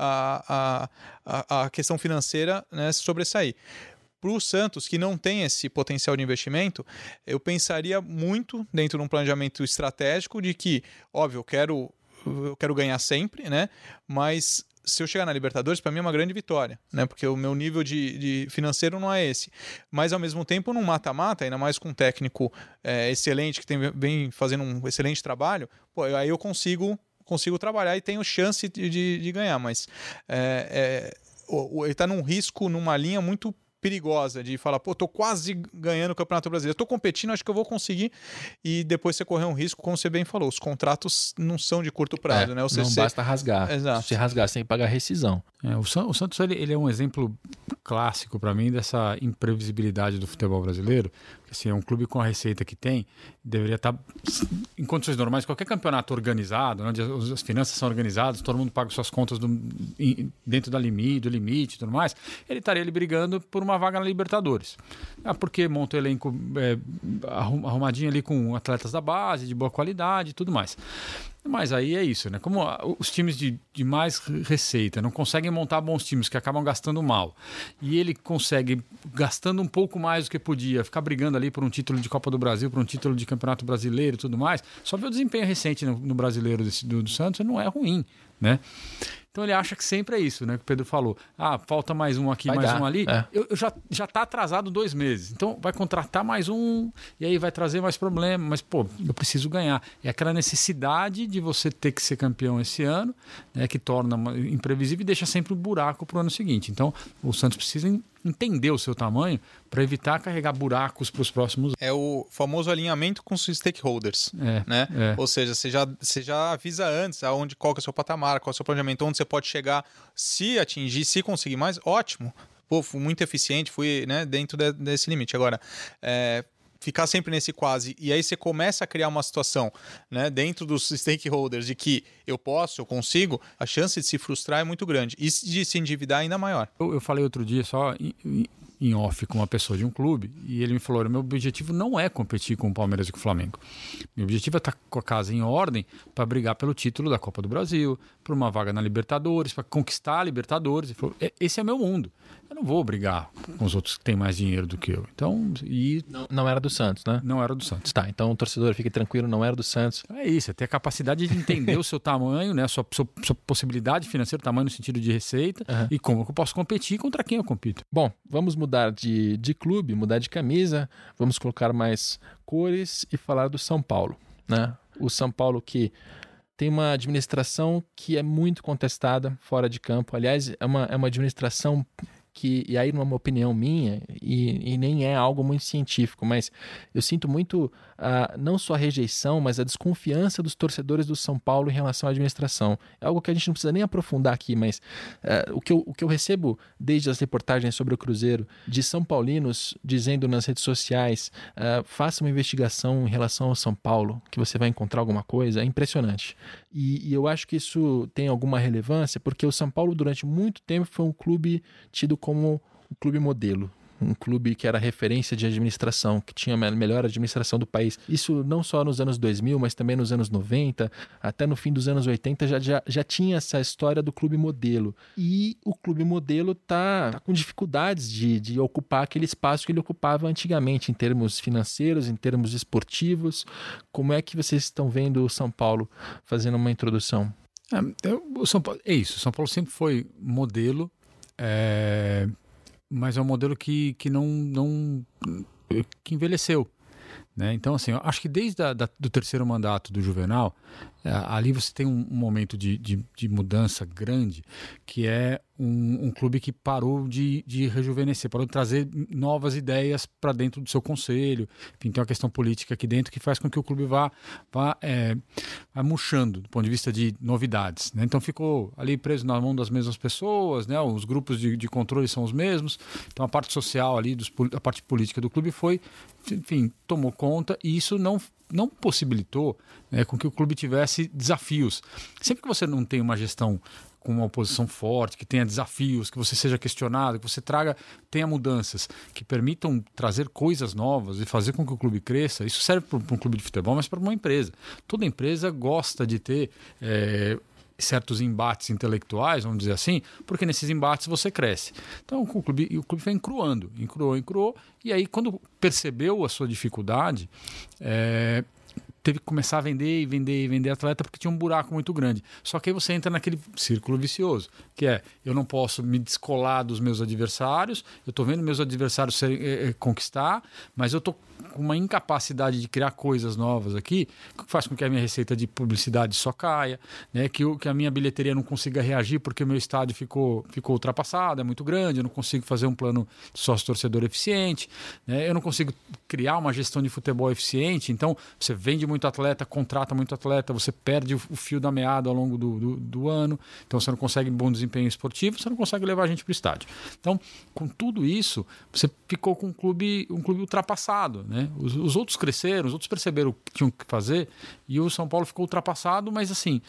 a questão financeira, né, se sobressair. Para o Santos, que não tem esse potencial de investimento, eu pensaria muito dentro de um planejamento estratégico de que, óbvio, eu quero ganhar sempre, né? Mas se eu chegar na Libertadores, para mim é uma grande vitória, né? Porque o meu nível de financeiro não é esse. Mas, ao mesmo tempo, num mata-mata, ainda mais com um técnico excelente, que vem fazendo um excelente trabalho, pô, aí eu consigo trabalhar e tenho chance de ganhar. Mas ele está num risco, numa linha muito perigosa de falar, pô, tô quase ganhando o Campeonato Brasileiro, tô competindo, acho que eu vou conseguir, e depois você correr um risco, como você bem falou, os contratos não são de curto prazo, né? Não basta rasgar. Exato. Se você rasgar, você tem que pagar rescisão. O Santos ele é um exemplo clássico para mim dessa imprevisibilidade do futebol brasileiro. Assim, é um clube com a receita que tem, deveria estar em condições normais. Qualquer campeonato organizado, onde as finanças são organizadas, todo mundo paga suas contas dentro do limite e tudo mais, ele estaria ali brigando por uma vaga na Libertadores. Porque monta o elenco arrumadinho ali com atletas da base, de boa qualidade e tudo mais. Mas aí é isso, né? Como os times de mais receita não conseguem montar bons times, que acabam gastando mal, e ele consegue, gastando um pouco mais do que podia, ficar brigando ali por um título de Copa do Brasil, por um título de Campeonato Brasileiro e tudo mais, só ver o desempenho recente no Brasileiro do Santos não é ruim, né? Então ele acha que sempre é isso, né? Que o Pedro falou. Falta mais um aqui, um ali. Eu já tá atrasado 2 meses. Então vai contratar mais um e aí vai trazer mais problema. Mas, pô, eu preciso ganhar. É aquela necessidade de você ter que ser campeão esse ano, né? Que torna imprevisível e deixa sempre um buraco pro ano seguinte. Então o Santos precisa entender o seu tamanho para evitar carregar buracos para os próximos. É o famoso alinhamento com os stakeholders, né? Ou seja, você já avisa antes qual que é o seu patamar, qual é o seu planejamento, onde você pode chegar, se atingir, se conseguir mais, ótimo. Pô, fui muito eficiente, fui, né, dentro desse limite. Agora, ficar sempre nesse quase, e aí você começa a criar uma situação, né, dentro dos stakeholders de que eu consigo, a chance de se frustrar é muito grande e de se endividar ainda maior. Eu falei outro dia só em off com uma pessoa de um clube e ele me falou, meu objetivo não é competir com o Palmeiras e com o Flamengo. Meu objetivo é estar com a casa em ordem para brigar pelo título da Copa do Brasil, por uma vaga na Libertadores, para conquistar a Libertadores. Ele falou, esse é meu mundo. Eu não vou brigar com os outros que têm mais dinheiro do que eu. Então, não era do Santos, né? Não era do Santos. Tá, então o torcedor fique tranquilo, não era do Santos. É isso, é ter a capacidade de entender o seu tamanho, né? A sua possibilidade financeira, tamanho no sentido de receita, e como eu posso competir contra quem eu compito. Bom, vamos mudar de clube, mudar de camisa, vamos colocar mais cores e falar do São Paulo, né? O São Paulo que tem uma administração que é muito contestada fora de campo. Aliás, é uma administração que, e aí numa opinião minha, e nem é algo muito científico, mas eu sinto muito não só a rejeição, mas a desconfiança dos torcedores do São Paulo em relação à administração. É algo que a gente não precisa nem aprofundar aqui, mas o que eu recebo desde as reportagens sobre o Cruzeiro, de São Paulinos dizendo nas redes sociais, faça uma investigação em relação ao São Paulo, que você vai encontrar alguma coisa, é impressionante. E eu acho que isso tem alguma relevância, porque o São Paulo durante muito tempo foi um clube tido como um clube modelo, um clube que era referência de administração, que tinha a melhor administração do país. Isso não só nos anos 2000, mas também nos anos 90, até no fim dos anos 80 já tinha essa história do clube modelo. E o clube modelo tá com dificuldades de ocupar aquele espaço que ele ocupava antigamente, em termos financeiros, em termos esportivos. Como é que vocês estão vendo o São Paulo fazendo uma introdução? O São Paulo, é isso, o São Paulo sempre foi modelo, mas é um modelo que não que envelheceu, né? Então, assim, eu acho que desde do terceiro mandato do Juvenal, ali você tem um momento de mudança grande, que é um clube que parou de rejuvenescer, parou de trazer novas ideias para dentro do seu conselho. Enfim, tem uma questão política aqui dentro que faz com que o clube vá murchando do ponto de vista de novidades, né? Então ficou ali preso na mão das mesmas pessoas, né? Os grupos de controle são os mesmos. Então a parte social ali, a parte política do clube tomou conta, e isso não possibilitou, né, com que o clube tivesse desafios. Sempre que você não tem uma gestão com uma oposição forte, que tenha desafios, que você seja questionado, que você tenha mudanças que permitam trazer coisas novas e fazer com que o clube cresça, isso serve para um clube de futebol, mas para uma empresa. Toda empresa gosta de ter certos embates intelectuais, vamos dizer assim, porque nesses embates você cresce. Então o clube foi encruando, e aí quando percebeu a sua dificuldade, teve que começar a vender atleta, porque tinha um buraco muito grande. Só que aí você entra naquele círculo vicioso, que eu não posso me descolar dos meus adversários, eu estou vendo meus adversários conquistar, mas eu estou com uma incapacidade de criar coisas novas aqui, que faz com que a minha receita de publicidade só caia, né? Que a minha bilheteria não consiga reagir porque o meu estádio ficou ultrapassado, é muito grande, eu não consigo fazer um plano de sócio-torcedor eficiente, né? Eu não consigo criar uma gestão de futebol eficiente. Então você vende muito atleta, contrata muito atleta, você perde o fio da meada ao longo do ano, então você não consegue bom desempenho esportivo, você não consegue levar a gente para o estádio. Então, com tudo isso, você ficou com um clube ultrapassado, né? Os outros cresceram, os outros perceberam o que tinham que fazer, e o São Paulo ficou ultrapassado, mas assim,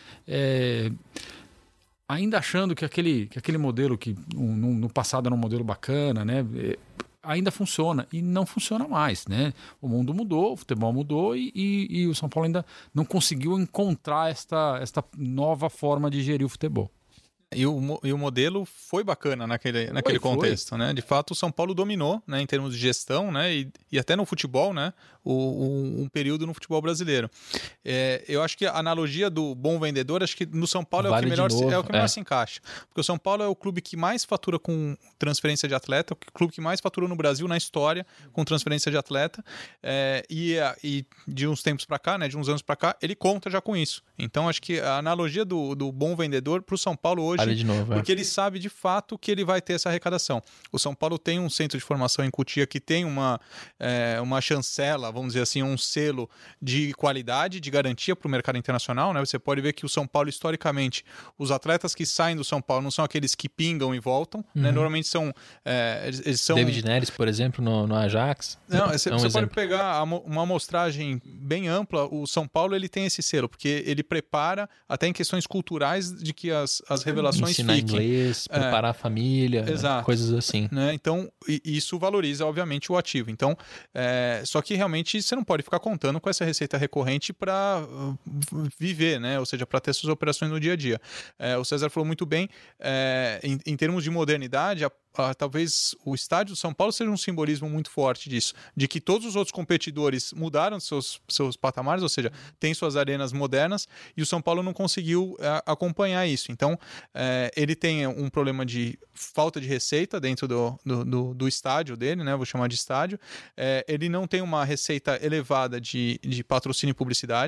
ainda achando que aquele modelo que no passado era um modelo bacana, né? Ainda funciona, e não funciona mais, né? O mundo mudou, o futebol mudou, e o São Paulo ainda não conseguiu encontrar esta nova forma de gerir o futebol. E o modelo foi bacana naquele contexto, né? De fato, o São Paulo dominou, né, em termos de gestão, né, e até no futebol, né, um período no futebol brasileiro. Eu acho que a analogia do bom vendedor, acho que no São Paulo é o que melhor se encaixa. Porque o São Paulo é o clube que mais fatura com transferência de atleta, o clube que mais faturou no Brasil na história com transferência de atleta. E de uns tempos para cá, né, de uns anos para cá, ele conta já com isso. Então, acho que a analogia do bom vendedor para o São Paulo hoje, de novo, porque ele sabe de fato que ele vai ter essa arrecadação. O São Paulo tem um centro de formação em Cotia que tem uma chancela, vamos dizer assim, um selo de qualidade, de garantia para o mercado internacional, né? Você pode ver que o São Paulo, historicamente, os atletas que saem do São Paulo não são aqueles que pingam e voltam, né? Normalmente eles são... David Neres, por exemplo, no Ajax. Não, você pode pegar uma amostragem bem ampla. O São Paulo, ele tem esse selo, porque ele prepara, até em questões culturais, de que as revelações ensinar fiquem. Inglês, preparar a família, coisas assim. Né? Então, isso valoriza, obviamente, o ativo. Então, só que realmente você não pode ficar contando com essa receita recorrente para viver, né? Ou seja, para ter suas operações no dia a dia. O César falou muito bem, em termos de modernidade, talvez o estádio do São Paulo seja um simbolismo muito forte disso, de que todos os outros competidores mudaram seus patamares, ou seja, tem suas arenas modernas, e o São Paulo não conseguiu acompanhar isso. Então, ele tem um problema de falta de receita dentro do estádio dele, né? Vou chamar de estádio. Ele não tem uma receita elevada de patrocínio e publicidade,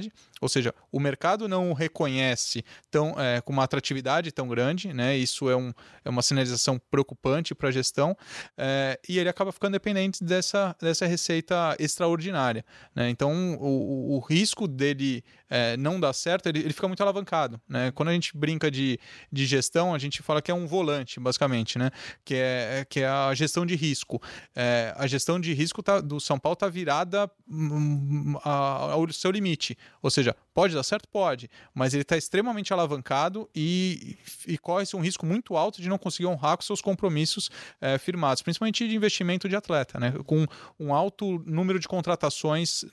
Ou seja, o mercado não o reconhece com uma atratividade tão grande, né? Isso é uma sinalização preocupante para a gestão, e ele acaba ficando dependente dessa receita extraordinária, né? Então, o risco dele não dar certo, ele fica muito alavancado, né? Quando a gente brinca de gestão, a gente fala que é um volante, basicamente, né? Que é a gestão de risco. A gestão de risco do São Paulo está virada ao seu limite. Ou seja, pode dar certo? Pode, mas ele está extremamente alavancado e corre-se um risco muito alto de não conseguir honrar com seus compromissos firmados, principalmente de investimento de atleta, né? Com um alto número de contratações,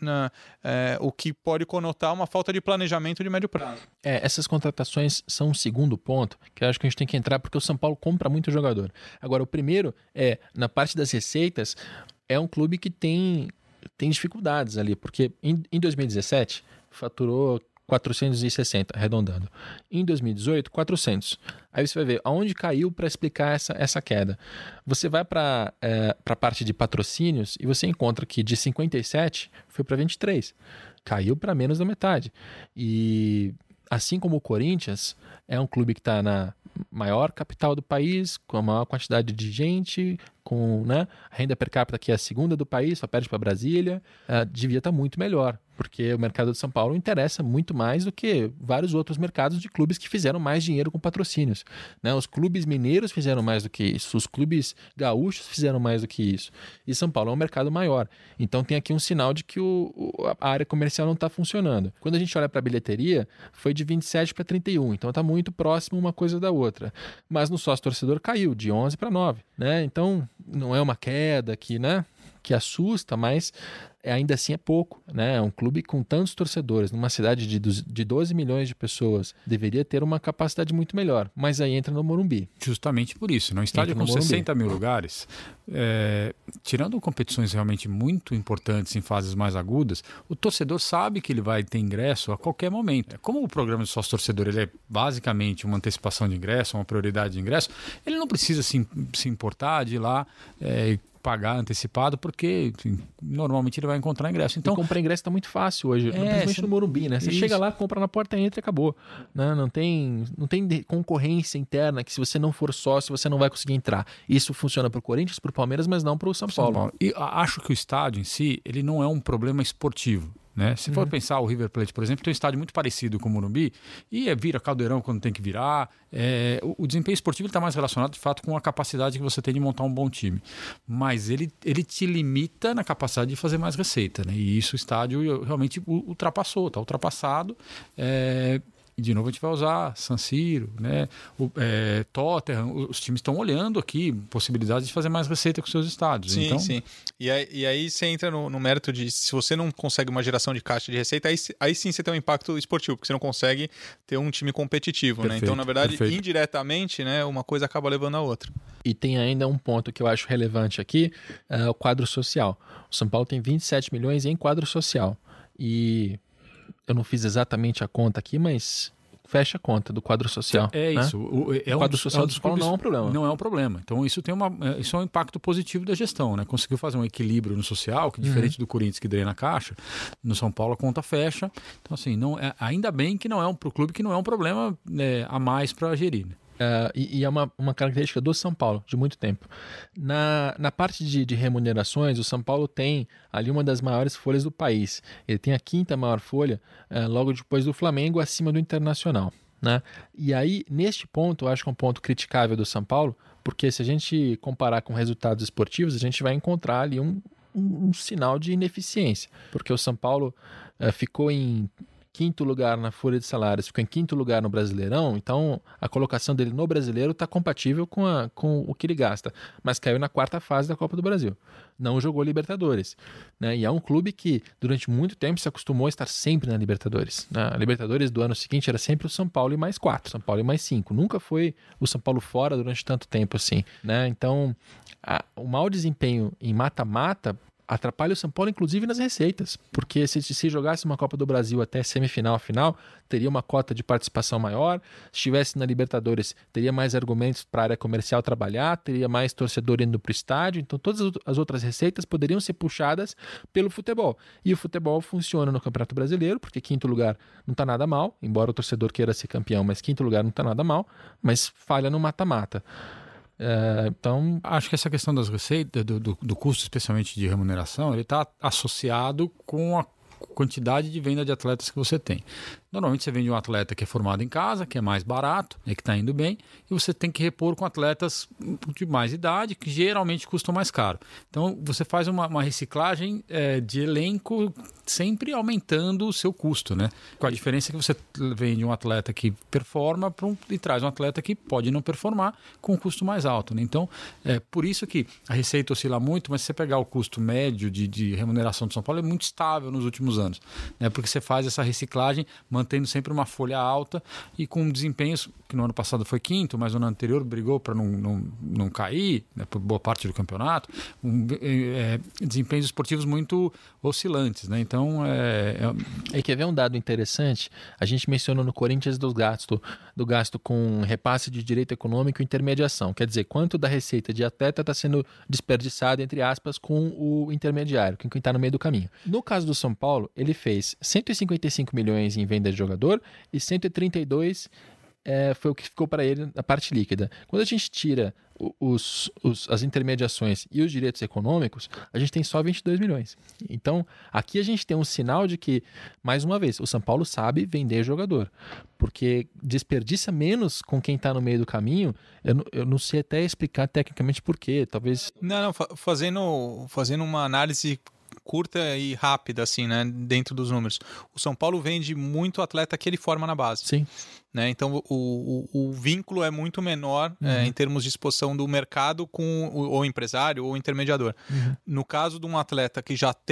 o que pode conotar uma falta de planejamento de médio prazo. Essas contratações são um segundo ponto que eu acho que a gente tem que entrar, porque o São Paulo compra muito jogador. Agora, o primeiro na parte das receitas, é um clube que tem dificuldades ali, porque em 2017 faturou 460, arredondando. Em 2018, 400. Aí você vai ver aonde caiu para explicar essa queda. Você vai para a parte de patrocínios e você encontra que de 57 foi para 23. Caiu para menos da metade. E assim como o Corinthians, é um clube que está na maior capital do país, com a maior quantidade de gente, com a renda per capita que é a segunda do país, só perde para Brasília, devia estar muito melhor, porque o mercado de São Paulo interessa muito mais do que vários outros mercados de clubes que fizeram mais dinheiro com patrocínios, né? Os clubes mineiros fizeram mais do que isso, os clubes gaúchos fizeram mais do que isso, e São Paulo é um mercado maior, então tem aqui um sinal de que a área comercial não está funcionando. Quando a gente olha para a bilheteria, foi de 27 para 31, então está muito próximo uma coisa da outra, mas no sócio-torcedor caiu de 11 para 9, né? Então não é uma queda que assusta, mas ainda assim é pouco, né? Um clube com tantos torcedores, numa cidade de 12 milhões de pessoas, deveria ter uma capacidade muito melhor, mas aí entra no Morumbi. Justamente por isso, um estádio com 60 mil lugares, tirando competições realmente muito importantes em fases mais agudas, o torcedor sabe que ele vai ter ingresso a qualquer momento. Como o programa de sócio-torcedor ele é basicamente uma antecipação de ingresso, uma prioridade de ingresso, ele não precisa se importar de ir lá pagar antecipado, porque enfim, normalmente ele vai encontrar ingresso. Então, comprar ingresso está muito fácil hoje, principalmente no Morumbi, né? Você chega lá, compra na porta, entra e acabou. Né? Não tem concorrência interna que se você não for sócio, você não vai conseguir entrar. Isso funciona para o Corinthians, para o Palmeiras, mas não para o São Paulo. E acho que o estádio em si, ele não é um problema esportivo. Né? Se for pensar o River Plate, por exemplo, tem um estádio muito parecido com o Morumbi e vira caldeirão quando tem que virar. O desempenho esportivo está mais relacionado, de fato, com a capacidade que você tem de montar um bom time. Mas ele te limita na capacidade de fazer mais receita. Né? E isso o estádio realmente ultrapassou, está ultrapassado. E de novo a gente vai usar San Siro, né? Tottenham, os times estão olhando aqui possibilidades de fazer mais receita com seus estádios. Sim, então... sim. E aí você entra no mérito de, se você não consegue uma geração de caixa de receita, aí sim você tem um impacto esportivo, porque você não consegue ter um time competitivo. Perfeito, né? Então, na verdade, indiretamente, né, uma coisa acaba levando a outra. E tem ainda um ponto que eu acho relevante aqui, o quadro social. O São Paulo tem 27 milhões em quadro social. E eu não fiz exatamente a conta aqui, mas fecha a conta do quadro social. Isso. O quadro social do São Paulo não é um problema. Não é um problema. Então isso é um impacto positivo da gestão, né? Conseguiu fazer um equilíbrio no social, que diferente do Corinthians que drena a caixa, no São Paulo a conta fecha. Então assim, ainda bem que não é pro clube que não é um problema a mais para gerir, né? E é uma característica do São Paulo, de muito tempo. Na parte de remunerações, o São Paulo tem ali uma das maiores folhas do país. Ele tem a 5ª maior folha, logo depois do Flamengo, acima do Internacional. Né? E aí, neste ponto, eu acho que é um ponto criticável do São Paulo, porque se a gente comparar com resultados esportivos, a gente vai encontrar ali um sinal de ineficiência. Porque o São Paulo ficou em 5º lugar na folha de salários, ficou em 5º lugar no Brasileirão, então a colocação dele no Brasileiro está compatível com o que ele gasta, mas caiu na 4ª fase da Copa do Brasil, não jogou Libertadores, né? E é um clube que durante muito tempo se acostumou a estar sempre na Libertadores, né? A Libertadores do ano seguinte era sempre o São Paulo e mais 4, São Paulo e mais 5, nunca foi o São Paulo fora durante tanto tempo assim, né? Então o mau desempenho em mata-mata atrapalha o São Paulo, inclusive nas receitas, porque se jogasse uma Copa do Brasil até semifinal, final, teria uma cota de participação maior, se estivesse na Libertadores, teria mais argumentos para a área comercial trabalhar, teria mais torcedor indo para o estádio, então todas as outras receitas poderiam ser puxadas pelo futebol. E o futebol funciona no Campeonato Brasileiro, porque quinto lugar não está nada mal, embora o torcedor queira ser campeão, mas quinto lugar não está nada mal, mas falha no mata-mata. Então, acho que essa questão das receitas, do custo, especialmente de remuneração, ele está associado com a quantidade de venda de atletas que você tem. Normalmente você vende um atleta que é formado em casa, que é mais barato, que está indo bem, e você tem que repor com atletas de mais idade, que geralmente custam mais caro. Então você faz uma reciclagem de elenco, sempre aumentando o seu custo, né? Com a diferença que você vende um atleta que performa e traz um atleta que pode não performar com um custo mais alto, né? Então, por isso que a receita oscila muito, mas se você pegar o custo médio de remuneração de São Paulo, é muito estável nos últimos anos, né? Porque você faz essa reciclagem mantendo sempre uma folha alta e com desempenhos que no ano passado foi quinto, mas no ano anterior brigou para não cair, né, por boa parte do campeonato, desempenhos esportivos muito oscilantes, né? Então quer ver um dado interessante? A gente mencionou no Corinthians do gasto com repasse de direito econômico e intermediação, quer dizer, quanto da receita de atleta está sendo desperdiçado, entre aspas, com o intermediário, quem está no meio do caminho. No caso do São Paulo, ele fez 155 milhões em venda de jogador e 132 foi o que ficou para ele na parte líquida. Quando a gente tira as intermediações e os direitos econômicos, a gente tem só 22 milhões. Então, aqui a gente tem um sinal de que, mais uma vez, o São Paulo sabe vender jogador, porque desperdiça menos com quem está no meio do caminho. Eu não sei até explicar tecnicamente por quê, talvez... Não, fazendo uma análise curta e rápida, assim, né, dentro dos números. O São Paulo vende muito atleta que ele forma na base. Sim. Né? Então, o vínculo é muito menor em termos de exposição do mercado com o empresário ou o intermediador. No caso de um atleta que já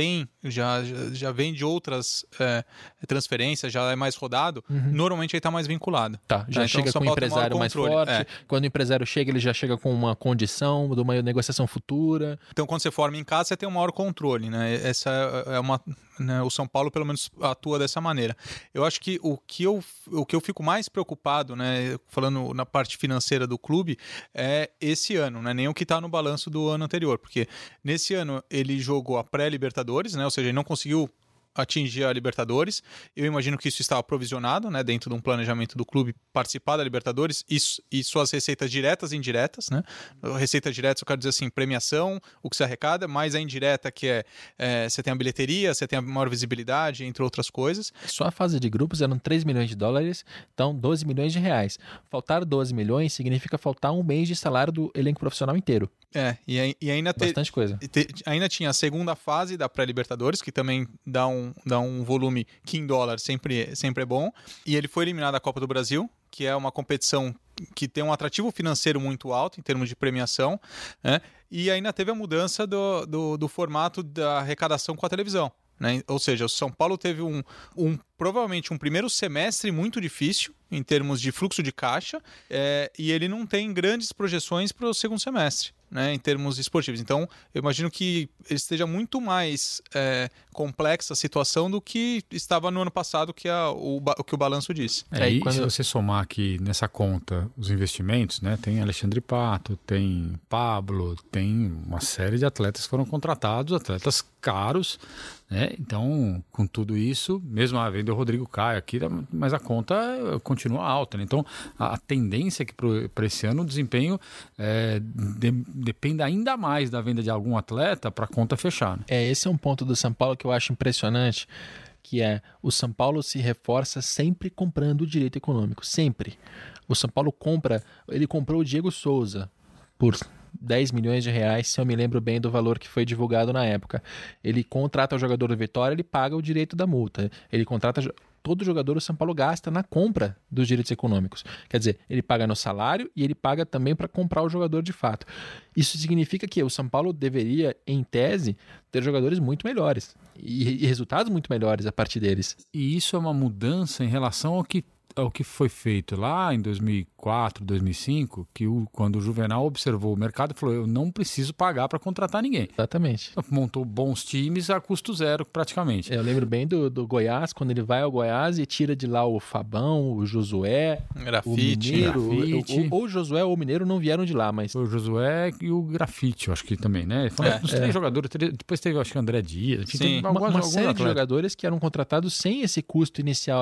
vem de outras transferências, já é mais rodado, normalmente ele está mais vinculado. Tá, já chega com um empresário mais forte. Quando o empresário chega, ele já chega com uma condição de uma negociação futura. Então, quando você forma em casa, você tem um maior controle. Né? Essa é uma... Né? O São Paulo, pelo menos, atua dessa maneira. Eu acho que o que eu fico mais preocupado, né, falando na parte financeira do clube, é esse ano, né, nem o que está no balanço do ano anterior, porque nesse ano ele jogou a pré-Libertadores, né, ou seja, ele não conseguiu atingir a Libertadores. Eu imagino que isso estava provisionado, né, dentro de um planejamento do clube participar da Libertadores e suas receitas diretas e indiretas, né? Receitas diretas, eu quero dizer assim, premiação, o que se arrecada, mais a indireta que você tem a bilheteria, você tem a maior visibilidade, entre outras coisas. Só a fase de grupos eram 3 milhões de dólares, então 12 milhões de reais. Faltar 12 milhões significa faltar um mês de salário do elenco profissional inteiro. E ainda bastante coisa. Ainda tinha a segunda fase da pré-Libertadores, que também dá um volume que em dólar sempre é bom. E ele foi eliminado da Copa do Brasil, que é uma competição que tem um atrativo financeiro muito alto em termos de premiação, né? E ainda teve a mudança do formato da arrecadação com a televisão. Né? Ou seja, o São Paulo teve provavelmente um primeiro semestre muito difícil em termos de fluxo de caixa, e ele não tem grandes projeções para o segundo semestre, né, em termos esportivos. Então, eu imagino que esteja muito mais complexa a situação do que estava no ano passado, que o que o balanço disse. Se você somar aqui nessa conta os investimentos, né, tem Alexandre Pato, tem Pablo, tem uma série de atletas que foram contratados, atletas caros, né? Então, com tudo isso, mesmo a venda do Rodrigo Caio aqui, mas a conta continua alta, né? Então, a tendência é que para esse ano o desempenho dependa ainda mais da venda de algum atleta para a conta fechar. Né? Esse é um ponto do São Paulo que eu acho impressionante, que o São Paulo se reforça sempre comprando o direito econômico, sempre. O São Paulo comprou o Diego Souza por 10 milhões de reais, se eu me lembro bem do valor que foi divulgado na época. Ele contrata o jogador do Vitória, ele paga o direito da multa. Ele contrata... Todo jogador o São Paulo gasta na compra dos direitos econômicos. Quer dizer, ele paga no salário e ele paga também para comprar o jogador de fato. Isso significa que o São Paulo deveria, em tese, ter jogadores muito melhores e resultados muito melhores a partir deles. E isso é uma mudança em relação ao que ao que foi feito lá em 2004, 2005, que quando o Juvenal observou o mercado, falou, eu não preciso pagar para contratar ninguém. Exatamente. Montou bons times a custo zero, praticamente. Eu lembro bem do Goiás, quando ele vai ao Goiás e tira de lá o Fabão, o Josué, o Mineiro. Ou o Josué ou o Mineiro não vieram de lá, mas... O Josué e o Grafite, eu acho que também, né? Foram os 3 jogadores. Depois teve, acho que, André Dias. Enfim, Sim. Uma série de jogadores que eram contratados sem esse custo inicial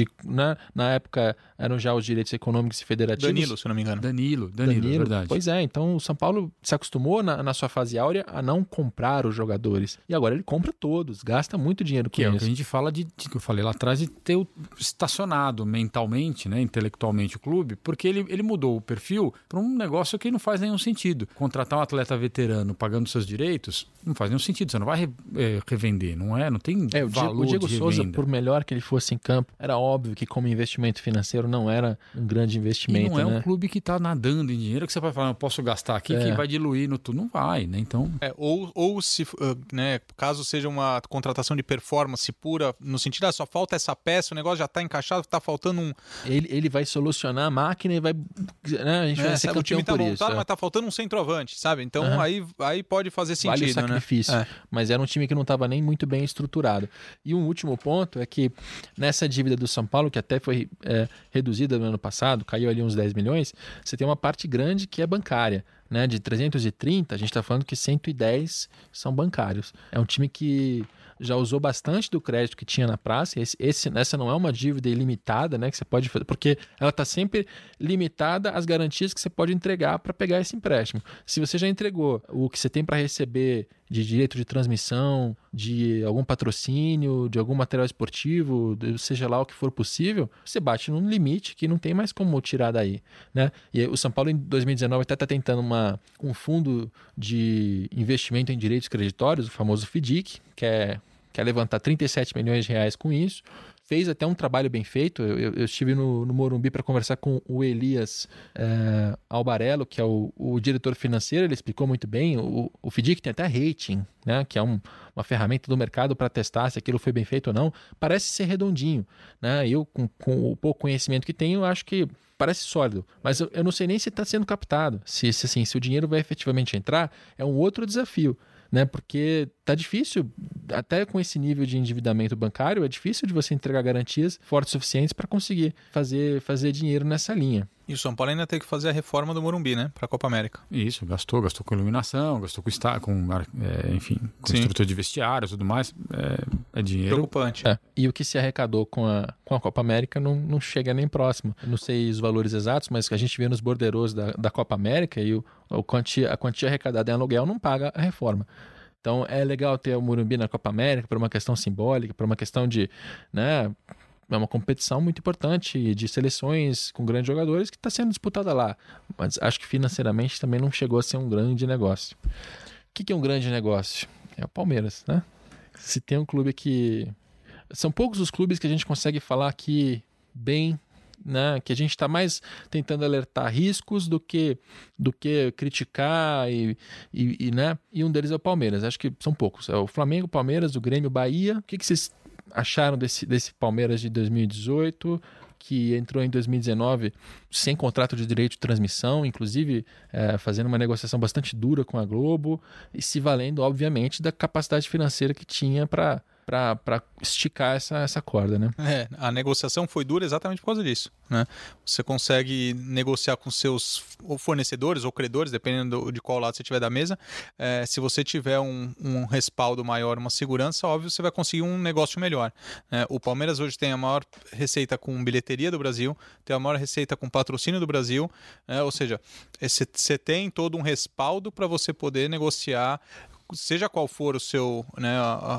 na época eram já os direitos econômicos e federativos. Danilo, se não me engano. Danilo, verdade. Pois é, então o São Paulo se acostumou na sua fase áurea a não comprar os jogadores. E agora ele compra todos, gasta muito dinheiro com isso. Que é o que a gente fala que eu falei lá atrás, de ter estacionado mentalmente, né, intelectualmente o clube, porque ele mudou o perfil para um negócio que não faz nenhum sentido. Contratar um atleta veterano pagando seus direitos não faz nenhum sentido. Você não vai revender, não tem valor o Diego de Souza, revenda. por melhor que ele fosse em campo, era óbvio que como investimento financeiro não era um grande investimento. E não é um clube que está nadando em dinheiro que você vai falar, eu posso gastar aqui, que vai diluir no tudo. Não vai, né? Então... Ou se, né, caso seja uma contratação de performance pura, no sentido, só falta essa peça, o negócio já está encaixado, está faltando um... Ele vai solucionar a máquina e vai... Né, a gente vai ser campeão. O time está montado, mas está faltando um centroavante, sabe? Então aí pode fazer sentido, vale o sacrifício. Né? Mas era um time que não estava nem muito bem estruturado. E um último ponto é que nessa dívida do São Paulo, que até foi reduzida no ano passado, caiu ali uns 10 milhões, você tem uma parte grande que é bancária. Né? De 330, a gente está falando que 110 são bancários. É um time que já usou bastante do crédito que tinha na praça. Essa não é uma dívida ilimitada, né, que você pode fazer, porque ela está sempre limitada às garantias que você pode entregar para pegar esse empréstimo. Se você já entregou o que você tem para receber de direito de transmissão, de algum patrocínio, de algum material esportivo, seja lá o que for possível, você bate num limite que não tem mais como tirar daí, né? E o São Paulo em 2019 até está tentando um fundo de investimento em direitos creditórios, o famoso FDIC, que quer levantar 37 milhões de reais com isso. Fez até um trabalho bem feito. Eu estive no Morumbi para conversar com o Elias Albarello, que é o diretor financeiro. Ele explicou muito bem. O FDIC tem até rating, né, que é uma ferramenta do mercado para testar se aquilo foi bem feito ou não. Parece ser redondinho. Né? Eu, com o pouco conhecimento que tenho, acho que parece sólido. Mas eu não sei nem se está sendo captado. Se o dinheiro vai efetivamente entrar, é um outro desafio. Né? Porque tá difícil, até com esse nível de endividamento bancário, é difícil de você entregar garantias fortes o suficientes para conseguir fazer dinheiro nessa linha. E o São Paulo ainda tem que fazer a reforma do Morumbi, né? Para a Copa América. Isso, gastou com iluminação, gastou com estrutura de vestiário e tudo mais. É dinheiro. Preocupante. E o que se arrecadou com a Copa América não chega nem próximo. Eu não sei os valores exatos, mas a gente vê nos borderos da Copa América e a quantia arrecadada em aluguel não paga a reforma. Então é legal ter o Morumbi na Copa América por uma questão simbólica, por uma questão de... né, é uma competição muito importante de seleções com grandes jogadores que está sendo disputada lá. Mas acho que financeiramente também não chegou a ser um grande negócio. O que é um grande negócio? É o Palmeiras, né? Se tem um clube que... São poucos os clubes que a gente consegue falar aqui bem, né? Que a gente está mais tentando alertar riscos do que criticar né? E um deles é o Palmeiras. Acho que são poucos. É o Flamengo, o Palmeiras, o Grêmio, o Bahia. O que vocês acharam desse Palmeiras de 2018, que entrou em 2019 sem contrato de direito de transmissão, inclusive fazendo uma negociação bastante dura com a Globo e se valendo, obviamente, da capacidade financeira que tinha para esticar essa corda, né? A negociação foi dura exatamente por causa disso, né? Você consegue negociar com seus fornecedores ou credores, dependendo de qual lado você estiver da mesa. Se você tiver um respaldo maior, uma segurança, óbvio, você vai conseguir um negócio melhor. O Palmeiras hoje tem a maior receita com bilheteria do Brasil, tem a maior receita com patrocínio do Brasil, ou seja, você tem todo um respaldo para você poder negociar, seja qual for o seu, né,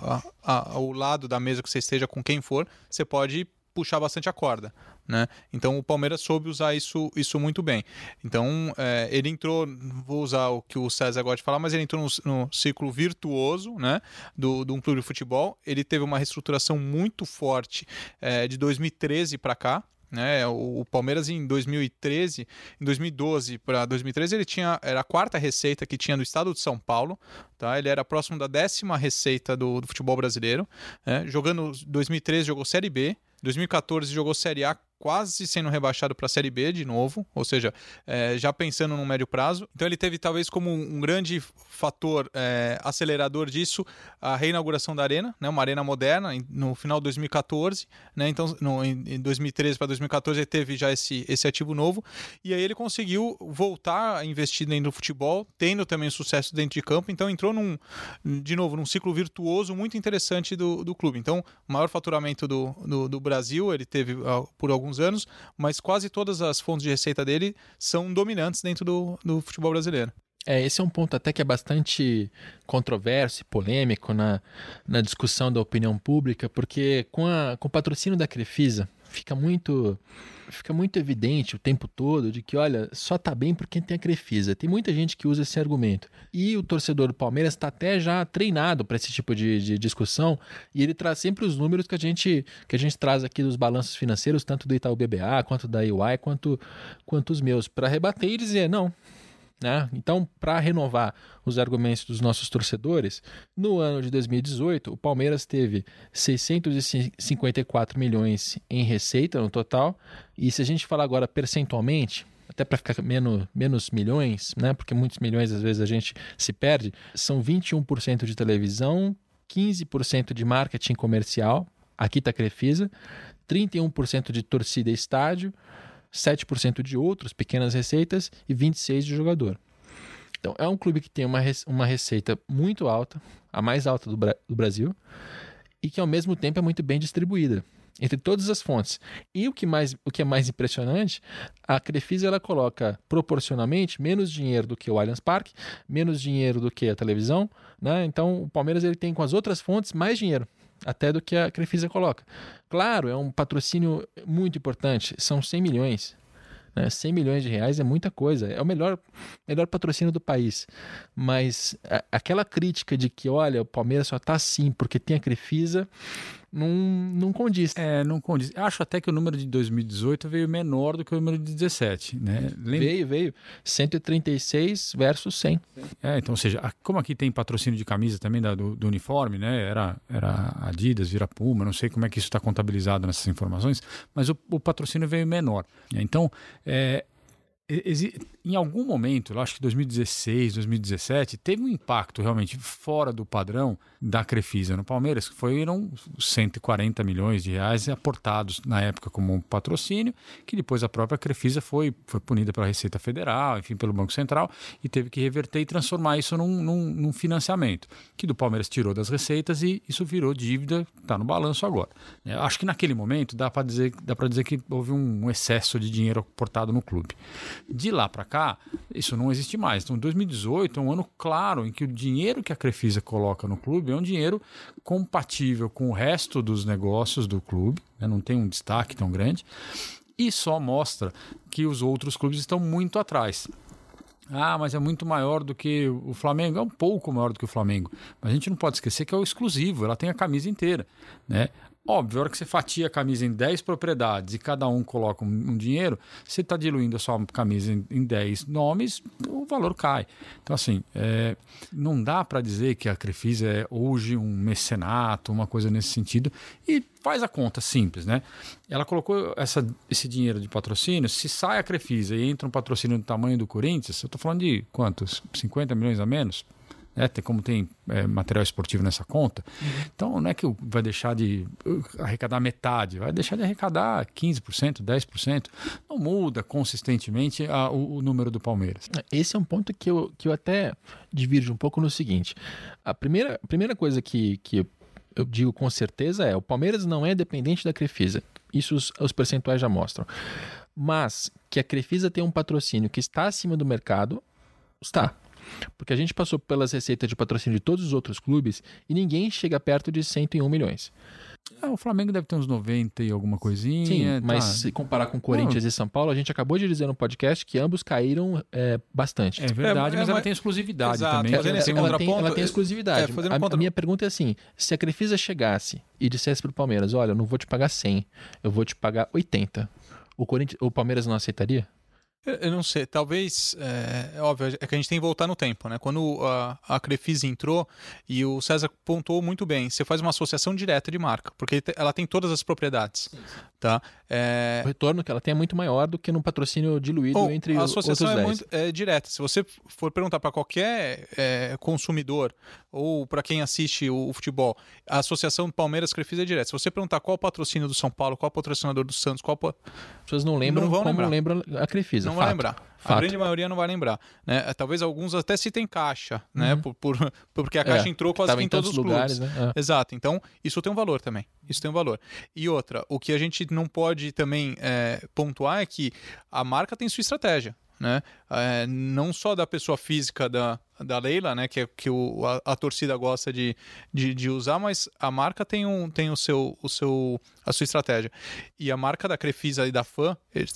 o lado da mesa que você esteja com quem for, você pode puxar bastante a corda, né? Então o Palmeiras soube usar isso muito bem. Então ele entrou, vou usar o que o César gosta de falar, mas ele entrou no ciclo virtuoso, né, de um clube de futebol. Ele teve uma reestruturação muito forte de 2013 para cá. Né? O Palmeiras em 2012 para 2013 era a quarta receita que tinha do estado de São Paulo, tá? Ele era próximo da 10ª receita do futebol brasileiro, né? Jogando 2013 jogou Série B, 2014 jogou Série A quase sendo rebaixado para a Série B de novo, ou seja, já pensando no médio prazo. Então ele teve talvez como um grande fator acelerador disso a reinauguração da Arena, né, uma arena moderna no final de 2014, né, então em 2013 para 2014 ele teve já esse ativo novo, e aí ele conseguiu voltar a investir dentro do futebol, tendo também sucesso dentro de campo, então entrou num ciclo virtuoso muito interessante do clube. Então, o maior faturamento do Brasil ele teve por alguns anos, mas quase todas as fontes de receita dele são dominantes dentro do futebol brasileiro. Esse é um ponto até que é bastante controverso e polêmico na discussão da opinião pública, porque com o patrocínio da Crefisa fica muito evidente o tempo todo de que, olha, só tá bem porque tem a Crefisa. Tem muita gente que usa esse argumento. E o torcedor do Palmeiras está até já treinado para esse tipo de discussão, e ele traz sempre os números que a gente traz aqui dos balanços financeiros, tanto do Itaú BBA, quanto da EY, quanto os meus, para rebater e dizer, não. Né? Então, para renovar os argumentos dos nossos torcedores, no ano de 2018, o Palmeiras teve 654 milhões em receita no total, e se a gente falar agora percentualmente, até para ficar menos milhões, né? Porque muitos milhões às vezes a gente se perde, são 21% de televisão, 15% de marketing comercial, aqui está a Crefisa, 31% de torcida e estádio, 7% de outros, pequenas receitas, e 26% de jogador. Então, é um clube que tem uma receita muito alta, a mais alta do Brasil, e que, ao mesmo tempo, é muito bem distribuída entre todas as fontes. E o que é mais impressionante, a Crefisa ela coloca proporcionalmente menos dinheiro do que o Allianz Parque, menos dinheiro do que a televisão, né? Então, o Palmeiras ele tem com as outras fontes mais dinheiro até do que a Crefisa coloca. Claro, é um patrocínio muito importante, são 100 milhões. 100 milhões de reais é muita coisa, é o melhor patrocínio do país. Mas aquela crítica de que, olha, o Palmeiras só está assim porque tem a Crefisa, não condiz. Não condiz. Acho até que o número de 2018 veio menor do que o número de 17, né? Veio. 136 versus 100. Então, ou seja, como aqui tem patrocínio de camisa também do uniforme, né? Era Adidas, vira Puma, não sei como é que isso está contabilizado nessas informações, mas o patrocínio veio menor. Então, em algum momento, eu acho que 2016, 2017, teve um impacto realmente fora do padrão da Crefisa no Palmeiras, que foram 140 milhões de reais aportados na época como um patrocínio, que depois a própria Crefisa foi punida pela Receita Federal, enfim, pelo Banco Central, e teve que reverter e transformar isso num financiamento, que do Palmeiras tirou das receitas e isso virou dívida, está no balanço agora. Eu acho que naquele momento dá para dizer que houve um excesso de dinheiro aportado no clube. De lá para cá, isso não existe mais. Então, 2018 é um ano claro em que o dinheiro que a Crefisa coloca no clube é um dinheiro compatível com o resto dos negócios do clube, né? Não tem um destaque tão grande, e só mostra que os outros clubes estão muito atrás. Mas é muito maior do que o Flamengo. É um pouco maior do que o Flamengo. Mas a gente não pode esquecer que é o exclusivo, ela tem a camisa inteira, né? Óbvio, a hora que você fatia a camisa em 10 propriedades e cada um coloca um dinheiro, você está diluindo a sua camisa em 10 nomes, o valor cai. Então, assim, não dá para dizer que a Crefisa é hoje um mecenato, uma coisa nesse sentido, e faz a conta simples, né? Ela colocou esse dinheiro de patrocínio, se sai a Crefisa e entra um patrocínio do tamanho do Corinthians, eu estou falando de quantos? 50 milhões a menos? Como tem material esportivo nessa conta. Então, não é que vai deixar de arrecadar metade, vai deixar de arrecadar 15%, 10%. Não muda consistentemente o número do Palmeiras. Esse é um ponto que eu até divirjo um pouco no seguinte. A primeira coisa que eu digo com certeza o Palmeiras não é dependente da Crefisa. Isso os percentuais já mostram. Mas que a Crefisa tem um patrocínio que está acima do mercado, está. Porque a gente passou pelas receitas de patrocínio de todos os outros clubes e ninguém chega perto de 101 milhões. O Flamengo deve ter uns 90 e alguma coisinha. Sim, mas se comparar com Corinthians e São Paulo, a gente acabou de dizer no podcast que ambos caíram bastante. É verdade, mas ela tem exclusividade. Exato, também. Ela tem exclusividade. A minha pergunta é assim, se a Crefisa chegasse e dissesse para o Palmeiras, olha, eu não vou te pagar 100, eu vou te pagar 80, o Palmeiras não aceitaria? Eu não sei, talvez, é óbvio, é que a gente tem que voltar no tempo, né? Quando a Crefisa entrou, e o César pontuou muito bem, você faz uma associação direta de marca, porque ela tem todas as propriedades. Sim. Tá? O retorno que ela tem é muito maior do que num patrocínio diluído entre os outros 10. A associação é direta. Se você for perguntar para qualquer consumidor ou para quem assiste o futebol, a associação Palmeiras-Crefisa é direta. Se você perguntar qual o patrocínio do São Paulo, qual o patrocinador do Santos, as pessoas não lembram lembram a Crefisa. Não vão lembrar. A grande maioria não vai lembrar. Né? Talvez alguns até citem Caixa, né? Porque a Caixa entrou quase que em todos os lugares. Clubes. Né? Exato. Então, isso tem um valor também. Isso tem um valor. E outra, o que a gente não pode também pontuar é que a marca tem sua estratégia. Né? Não só da pessoa física da Leila, né? que a torcida gosta de usar, mas a marca tem a sua estratégia. E a marca da Crefisa e da FAM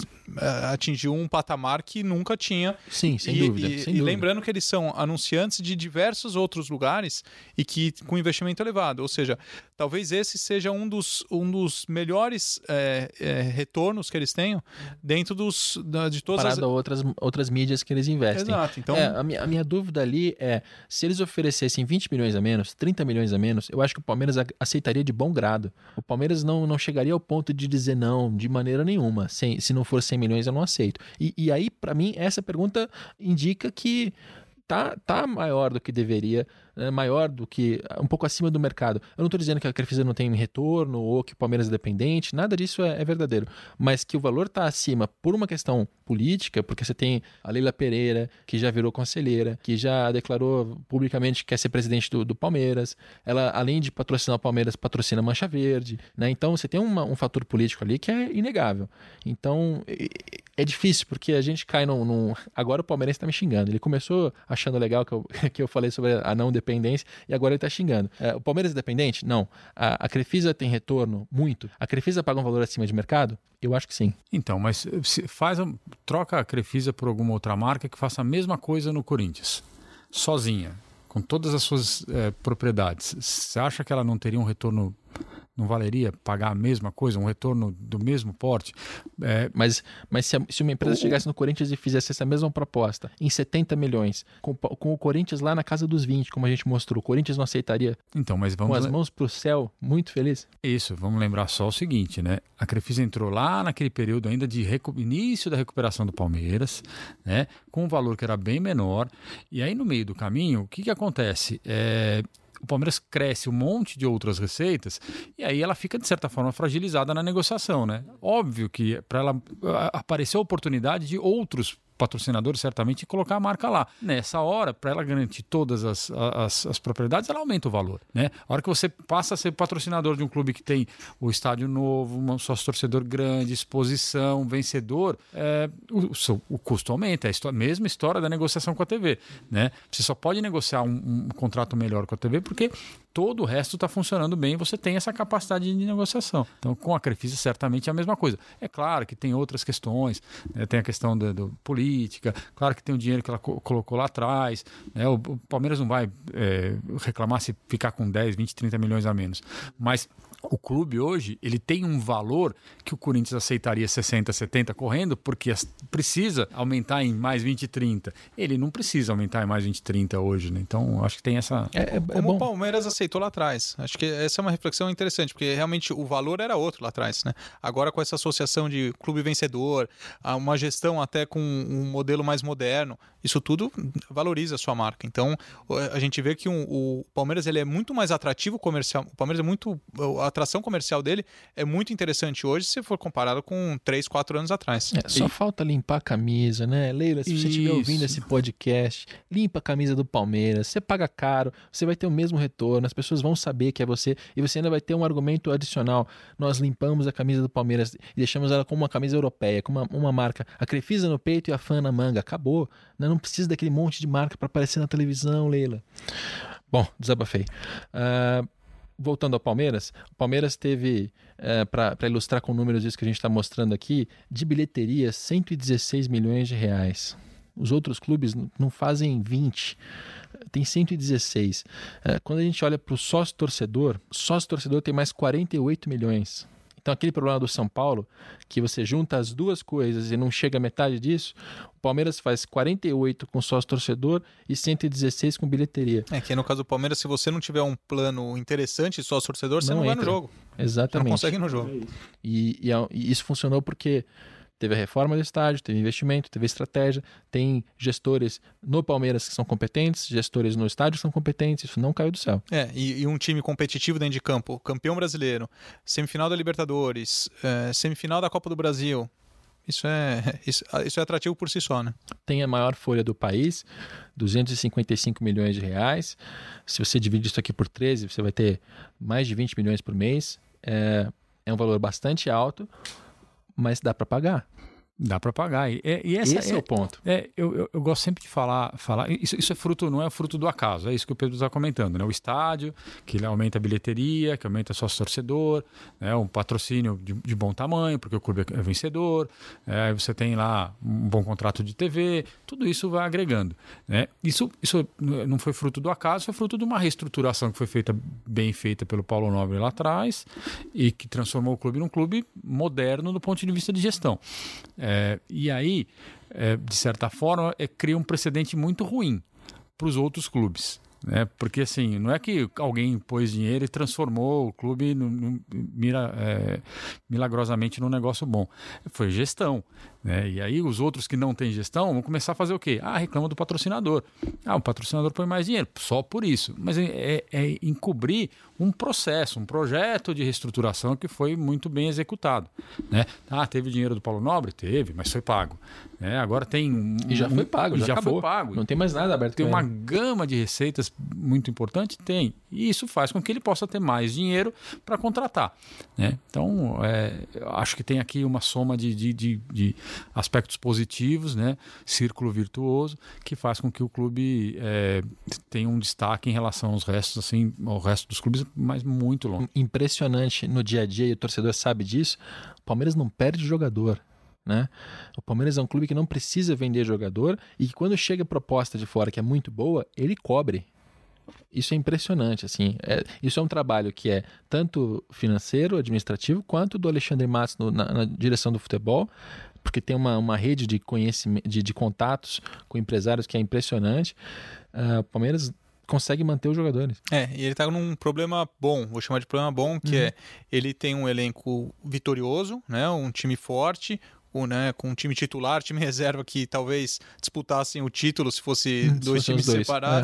atingiu um patamar que nunca tinha. Sim, sem dúvida. E lembrando que eles são anunciantes de diversos outros lugares e que com investimento elevado. Ou seja, talvez esse seja um dos melhores retornos que eles tenham dentro de todas as outras mídias que eles investem. Exato. Então, a minha dúvida ali é, se eles oferecessem 20 milhões a menos, 30 milhões a menos, eu acho que o Palmeiras aceitaria de bom grado. O Palmeiras não chegaria ao ponto de dizer não, de maneira nenhuma. Se não for 100 milhões, eu não aceito. E aí, para mim, essa pergunta indica que tá maior do que deveria, maior do que um pouco acima do mercado. Eu não estou dizendo que a Crefisa não tem retorno ou que o Palmeiras é dependente, nada disso é verdadeiro, mas que o valor está acima por uma questão política, porque você tem a Leila Pereira, que já virou conselheira, que já declarou publicamente que quer ser presidente do Palmeiras. Ela, além de patrocinar o Palmeiras, patrocina a Mancha Verde, né? Então você tem um fator político ali que é inegável. Então é difícil, porque a gente cai num... Agora o Palmeiras está me xingando. Ele começou achando legal que eu falei sobre a não dependência e agora ele está xingando. O Palmeiras é dependente? Não. A Crefisa tem retorno? Muito. A Crefisa paga um valor acima de mercado? Eu acho que sim. Então, mas troca a Crefisa por alguma outra marca que faça a mesma coisa no Corinthians, sozinha, com todas as suas propriedades. Você acha que ela não teria um retorno? Não valeria pagar a mesma coisa, um retorno do mesmo porte? Mas se uma empresa chegasse no Corinthians e fizesse essa mesma proposta em 70 milhões, com o Corinthians lá na casa dos 20, como a gente mostrou, o Corinthians não aceitaria? Então, mas com as mãos pro céu, muito feliz? Isso, vamos lembrar só o seguinte, né? A Crefisa entrou lá naquele período ainda de início da recuperação do Palmeiras, né? Com um valor que era bem menor. E aí, no meio do caminho, o que acontece? O Palmeiras cresce um monte de outras receitas e aí ela fica, de certa forma, fragilizada na negociação, né? Óbvio que para ela apareceu a oportunidade de outros patrocinadores, certamente, colocar a marca lá. Nessa hora, para ela garantir todas as propriedades, ela aumenta o valor, né? A hora que você passa a ser patrocinador de um clube que tem o estádio novo, um sócio-torcedor grande, exposição, vencedor, o custo aumenta. É a mesma história da negociação com a TV, né? Você só pode negociar um contrato melhor com a TV porque todo o resto está funcionando bem e você tem essa capacidade de negociação. Então, com a Crefisa, certamente é a mesma coisa. É claro que tem outras questões, né? Tem a questão do política, claro que tem o dinheiro que ela colocou lá atrás, né? O Palmeiras não vai reclamar se ficar com 10, 20, 30 milhões a menos, mas o clube hoje, ele tem um valor que o Corinthians aceitaria 60, 70 correndo, porque precisa aumentar em mais 20, 30. Ele não precisa aumentar em mais 20, 30 hoje, né? Então, acho que tem essa... Como bom. O Palmeiras aceitou lá atrás. Acho que essa é uma reflexão interessante, porque realmente o valor era outro lá atrás, né? Agora, com essa associação de clube vencedor, uma gestão até com um modelo mais moderno, isso tudo valoriza a sua marca. Então, a gente vê que o Palmeiras, ele é muito mais atrativo comercial. O Palmeiras é muito... A atração comercial dele é muito interessante hoje se for comparado com 3, 4 anos atrás. Só falta limpar a camisa, né? Leila, se você estiver ouvindo esse podcast, limpa a camisa do Palmeiras, você paga caro, você vai ter o mesmo retorno, as pessoas vão saber que é você e você ainda vai ter um argumento adicional. Nós limpamos a camisa do Palmeiras e deixamos ela como uma camisa europeia, com uma marca, a Crefisa no peito e a FAM na manga. Acabou. Não precisa daquele monte de marca para aparecer na televisão, Leila. Bom, desabafei. Voltando ao Palmeiras, o Palmeiras teve, para ilustrar com números isso que a gente está mostrando aqui, de bilheteria 116 milhões de reais. Os outros clubes não fazem 20, tem 116. Quando a gente olha para o sócio-torcedor tem mais 48 milhões. Então, aquele problema do São Paulo, que você junta as duas coisas e não chega a metade disso, o Palmeiras faz 48 com sócio-torcedor e 116 com bilheteria. Que no caso do Palmeiras, se você não tiver um plano interessante sócio-torcedor, você não vai no jogo. Exatamente. Você não consegue ir no jogo. E isso funcionou porque teve a reforma do estádio, teve investimento, teve estratégia, tem gestores no Palmeiras que são competentes, gestores no estádio que são competentes, isso não caiu do céu. E um time competitivo dentro de campo, campeão brasileiro, semifinal da Libertadores, semifinal da Copa do Brasil, isso é atrativo por si só, né? Tem a maior folha do país, 255 milhões de reais. Se você divide isso aqui por 13, você vai ter mais de 20 milhões por mês. É um valor bastante alto, mas dá para pagar. Dá para pagar. Esse é o ponto. Eu gosto sempre de falar isso é fruto, não é fruto do acaso, é isso que o Pedro está comentando, né? O estádio, que aumenta a bilheteria, que aumenta sócio-torcedor, né? Um patrocínio de bom tamanho, porque o clube é vencedor, aí você tem lá um bom contrato de TV, tudo isso vai agregando, né? Isso não foi fruto do acaso, foi fruto de uma reestruturação que foi bem feita pelo Paulo Nobre lá atrás e que transformou o clube num clube moderno do ponto de vista de gestão. E aí, de certa forma, cria um precedente muito ruim para os outros clubes. Né? Porque assim, não é que alguém pôs dinheiro e transformou o clube milagrosamente num negócio bom. Foi gestão. Né? E aí os outros que não têm gestão vão começar a fazer o quê? Reclama do patrocinador. O patrocinador põe mais dinheiro, só por isso. Mas é encobrir um processo, um projeto de reestruturação que foi muito bem executado. Né? Teve dinheiro do Paulo Nobre? Teve, mas foi pago. Agora tem E já foi pago, já acabou. Foi pago. Não tem mais nada aberto. Tem uma gama de receitas muito importante? Tem. E isso faz com que ele possa ter mais dinheiro para contratar. Né? Então, acho que tem aqui uma soma de aspectos positivos, né? Círculo virtuoso, que faz com que o clube tenha um destaque em relação aos restos, assim, ao resto dos clubes, mas muito longe. Impressionante no dia a dia, e o torcedor sabe disso, o Palmeiras não perde jogador. Né? O Palmeiras é um clube que não precisa vender jogador e que quando chega proposta de fora que é muito boa, ele cobre. Isso é impressionante, assim. Isso é um trabalho que é tanto financeiro, administrativo, quanto do Alexandre Matos na direção do futebol, porque tem uma rede de conhecimento, de contatos com empresários que é impressionante. O Palmeiras consegue manter os jogadores. E ele tá num problema bom, vou chamar de problema bom, que ele tem um elenco vitorioso, né, um time forte, com um time titular, time reserva que talvez disputassem o título se fosse dois times separados.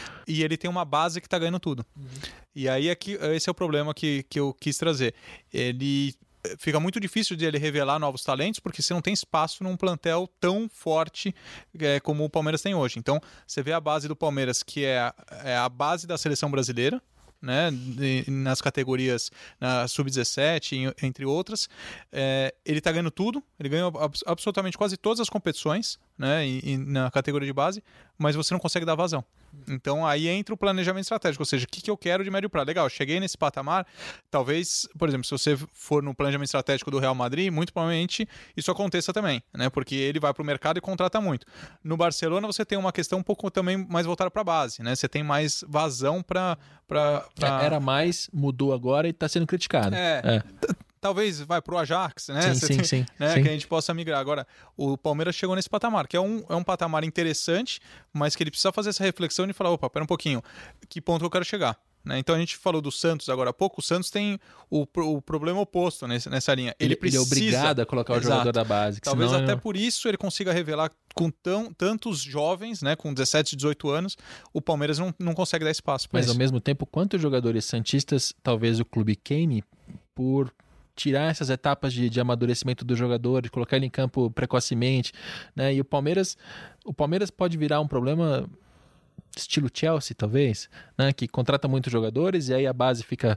E ele tem uma base que está ganhando tudo. E aí esse é o problema que eu quis trazer. Ele fica muito difícil de ele revelar novos talentos, porque você não tem espaço num plantel tão forte como o Palmeiras tem hoje. Então, você vê a base do Palmeiras, que é a base da seleção brasileira, né, nas categorias na Sub-17, entre outras. Ele está ganhando tudo, ele ganhou absolutamente quase todas as competições, né, na categoria de base, mas você não consegue dar vazão. Então aí entra o planejamento estratégico, ou seja, o que eu quero de médio prazo. Legal, cheguei nesse patamar, talvez, por exemplo, se você for no planejamento estratégico do Real Madrid, muito provavelmente isso aconteça também, né? Porque ele vai para o mercado e contrata muito. No Barcelona você tem uma questão um pouco também mais voltada para a base, né? Você tem mais vazão para... Era mais, mudou agora e está sendo criticado. Talvez vai pro Ajax, né? Sim. Que a gente possa migrar. Agora, o Palmeiras chegou nesse patamar, que é um patamar interessante, mas que ele precisa fazer essa reflexão e falar, opa, pera um pouquinho, que ponto eu quero chegar? Né? Então a gente falou do Santos agora há pouco, o Santos tem o problema oposto nessa linha. Ele é obrigado a colocar o jogador da base. Talvez até por isso ele consiga revelar com tantos jovens, né, com 17, 18 anos, o Palmeiras não consegue dar espaço para isso. Mas ao mesmo tempo, quantos jogadores santistas talvez o clube queime por tirar essas etapas de amadurecimento do jogador, de colocar ele em campo precocemente, né? E o Palmeiras pode virar um problema estilo Chelsea, talvez, né? Que contrata muitos jogadores e aí a base fica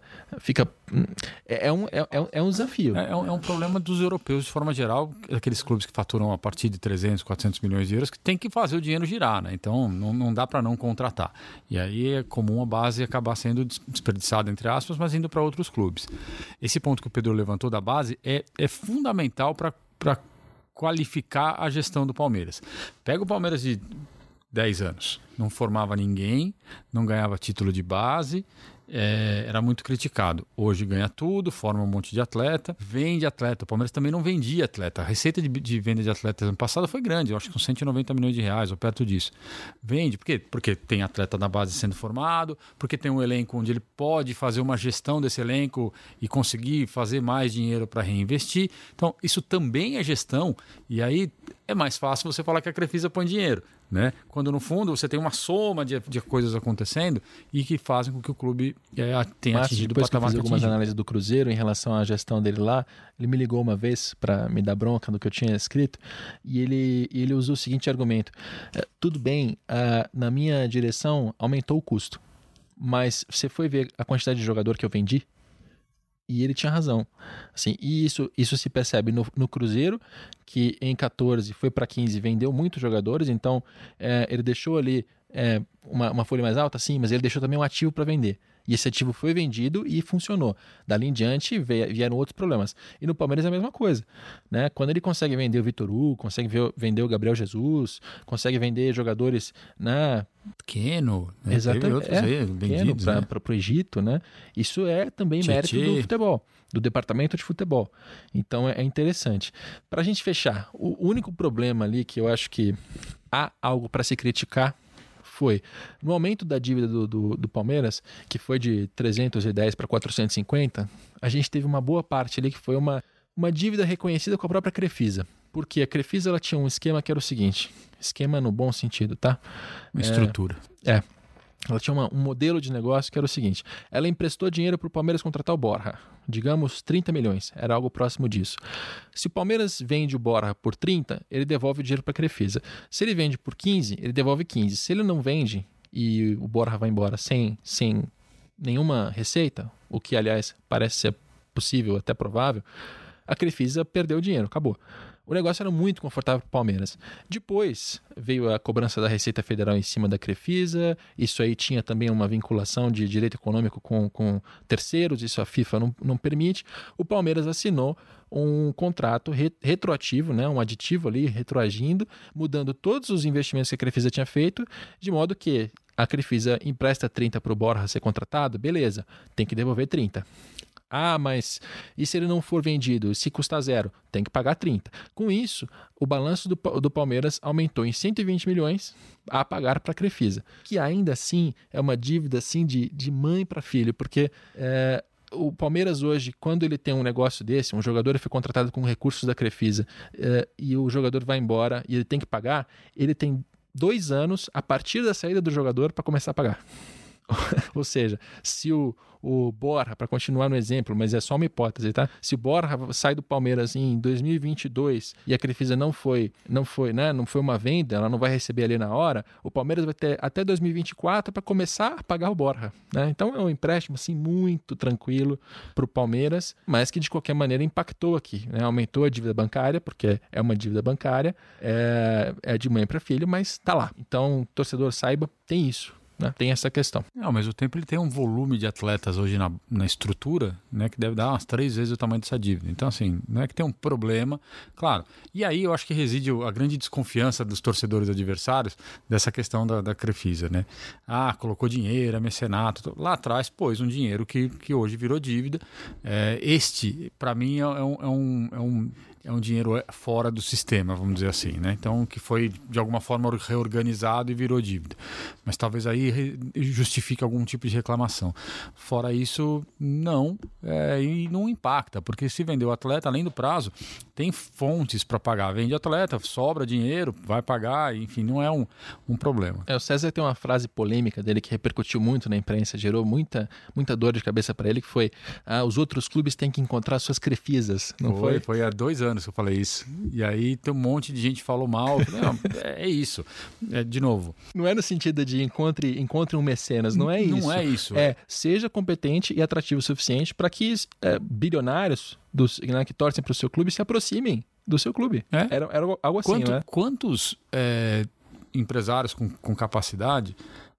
é um desafio. É um problema dos europeus de forma geral, aqueles clubes que faturam a partir de 300, 400 milhões de euros, que tem que fazer o dinheiro girar, né? Então não dá para não contratar. E aí é comum a base acabar sendo desperdiçada, entre aspas, mas indo para outros clubes. Esse ponto que o Pedro levantou da base é fundamental para qualificar a gestão do Palmeiras. Pega o Palmeiras de 10 anos. Não formava ninguém, não ganhava título de base, era muito criticado. Hoje ganha tudo, forma um monte de atleta, vende atleta. O Palmeiras também não vendia atleta. A receita de venda de atletas ano passado foi grande, eu acho que com 190 milhões de reais ou perto disso. Vende, por quê? Porque tem atleta na base sendo formado, porque tem um elenco onde ele pode fazer uma gestão desse elenco e conseguir fazer mais dinheiro para reinvestir. Então, isso também é gestão, e aí é mais fácil você falar que a Crefisa põe dinheiro, né? Quando no fundo você tem uma soma de coisas acontecendo e que fazem com que o clube tenha atingido o patamar que algumas análises do Cruzeiro em relação à gestão dele lá. Ele me ligou uma vez para me dar bronca do que eu tinha escrito e ele usou o seguinte argumento: tudo bem, na minha direção aumentou o custo, mas você foi ver a quantidade de jogador que eu vendi? E ele tinha razão. Assim, e isso se percebe no Cruzeiro, que em 14 foi para 15, vendeu muitos jogadores, então ele deixou ali uma folha mais alta, sim, mas ele deixou também um ativo para vender. E esse ativo foi vendido e funcionou. Dali em diante vieram outros problemas. E no Palmeiras é a mesma coisa, né? Quando ele consegue vender o Vitor Hugo, consegue vender o Gabriel Jesus, consegue vender jogadores Keno, né? Exatamente, vendidos para o Egito, né? Isso é também mérito do futebol, do departamento de futebol. Então é interessante. Para a gente fechar, o único problema ali que eu acho que há algo para se criticar foi no aumento da dívida do Palmeiras, que foi de 310 para 450, a gente teve uma boa parte ali que foi uma dívida reconhecida com a própria Crefisa. Porque a Crefisa ela tinha um esquema que era o seguinte, esquema no bom sentido, tá? Uma estrutura. Ela tinha um modelo de negócio que era o seguinte, ela emprestou dinheiro para o Palmeiras contratar o Borja, digamos 30 milhões, era algo próximo disso. Se o Palmeiras vende o Borja por 30, ele devolve o dinheiro para a Crefisa. Se ele vende por 15, ele devolve 15. Se ele não vende e o Borja vai embora sem nenhuma receita, o que aliás parece ser possível, até provável, a Crefisa perdeu o dinheiro, acabou. O negócio era muito confortável para o Palmeiras. Depois veio a cobrança da Receita Federal em cima da Crefisa. Isso aí tinha também uma vinculação de direito econômico com terceiros. Isso a FIFA não permite. O Palmeiras assinou um contrato retroativo, né? Um aditivo ali, retroagindo, mudando todos os investimentos que a Crefisa tinha feito, de modo que a Crefisa empresta 30 para o Borja ser contratado, beleza, tem que devolver 30. Ah, mas e se ele não for vendido? Se custar 0, tem que pagar 30. Com isso, o balanço do Palmeiras aumentou em 120 milhões a pagar para a Crefisa, que ainda assim é uma dívida assim, de mãe para filho, porque o Palmeiras hoje, quando ele tem um negócio desse, um jogador foi contratado com recursos da Crefisa e o jogador vai embora e ele tem que pagar, ele tem 2 anos a partir da saída do jogador para começar a pagar. Ou seja, se o Borja, para continuar no exemplo, mas é só uma hipótese, tá? Se o Borja sai do Palmeiras em 2022 e a Crefisa não foi uma venda, ela não vai receber ali na hora, o Palmeiras vai ter até 2024 para começar a pagar o Borja, né? Então é um empréstimo assim muito tranquilo para o Palmeiras, mas que de qualquer maneira impactou aqui, né? Aumentou a dívida bancária, porque é uma dívida bancária, é de mãe para filho, mas tá lá. Então, o torcedor saiba, tem isso. Né? Tem essa questão. Ao mesmo tempo, ele tem um volume de atletas hoje na estrutura, né, que deve dar umas 3 vezes o tamanho dessa dívida. Então, assim, não é que tem um problema, claro. E aí eu acho que reside a grande desconfiança dos torcedores adversários dessa questão da Crefisa, né? Ah, colocou dinheiro, é mecenato. Lá atrás pôs um dinheiro que hoje virou dívida. Para mim, é um dinheiro fora do sistema, vamos dizer assim, né? Então, que foi, de alguma forma, reorganizado e virou dívida. Mas talvez aí justifique algum tipo de reclamação. Fora isso, não. E não impacta, porque se vender o atleta, além do prazo, tem fontes para pagar. Vende atleta, sobra dinheiro, vai pagar, enfim, não é um problema. O César tem uma frase polêmica dele que repercutiu muito na imprensa, gerou muita dor de cabeça para ele, que foi: os outros clubes têm que encontrar suas crefisas. Não foi? Foi há 2 anos que eu falei isso. E aí tem um monte de gente que falou mal. Não, é isso. De novo. Não é no sentido de encontre um mecenas, não é isso. Não é isso. Seja competente e atrativo o suficiente para que bilionários que torcem para o seu clube se aproximem do seu clube. Era algo assim, não é? Quantos empresários com capacidade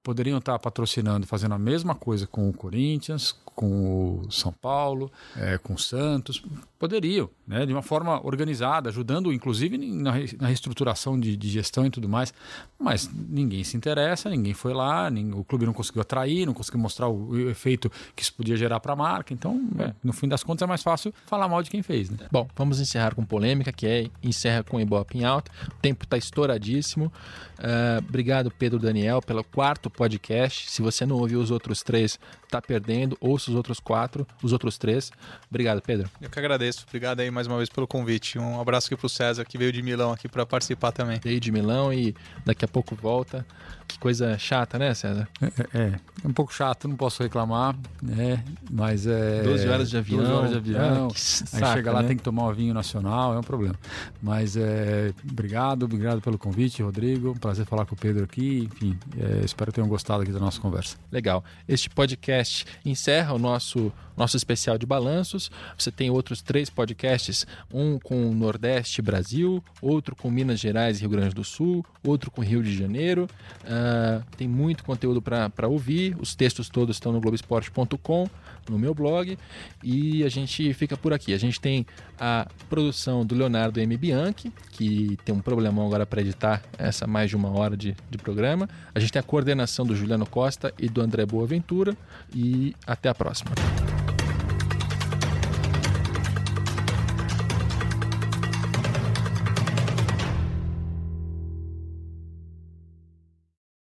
poderiam estar patrocinando, fazendo a mesma coisa com o Corinthians, com o São Paulo, com o Santos. Poderiam, né? De uma forma organizada, ajudando inclusive na reestruturação de gestão e tudo mais. Mas ninguém se interessa, ninguém foi lá, o clube não conseguiu atrair, não conseguiu mostrar o efeito que isso podia gerar para a marca. Então, no fim das contas, é mais fácil falar mal de quem fez, né? Bom, vamos encerrar com polêmica, que encerra com o Ibope em alta. O tempo está estouradíssimo. Obrigado, Pedro Daniel, pelo 4º podcast. Se você não ouviu os outros 3, está perdendo. Ouça os outros 4, os outros 3. Obrigado, Pedro. Eu que agradeço. Obrigado aí mais uma vez pelo convite. Um abraço aqui para o César, que veio de Milão aqui para participar também. Veio de Milão e daqui a pouco volta. Que coisa chata, né, César? É um pouco chato, não posso reclamar, né? Mas 12 horas de avião. 12 horas de avião. Saca, aí chega lá, né? tem que tomar um vinho nacional, é um problema. Mas obrigado pelo convite, Rodrigo. Prazer falar com o Pedro aqui. Enfim, espero que tenham gostado aqui da nossa conversa. Legal. Este podcast encerra o nosso especial de balanços. Você tem outros 3 podcasts, um com o Nordeste Brasil, outro com Minas Gerais e Rio Grande do Sul, outro com Rio de Janeiro. Tem muito conteúdo para ouvir. Os textos todos estão no Globoesporte.com, no meu blog. E a gente fica por aqui. A gente tem a produção do Leonardo M. Bianchi, que tem um problemão agora para editar essa mais de 1 hora de programa. A gente tem a coordenação do Juliano Costa e do André Boaventura. E até a próxima.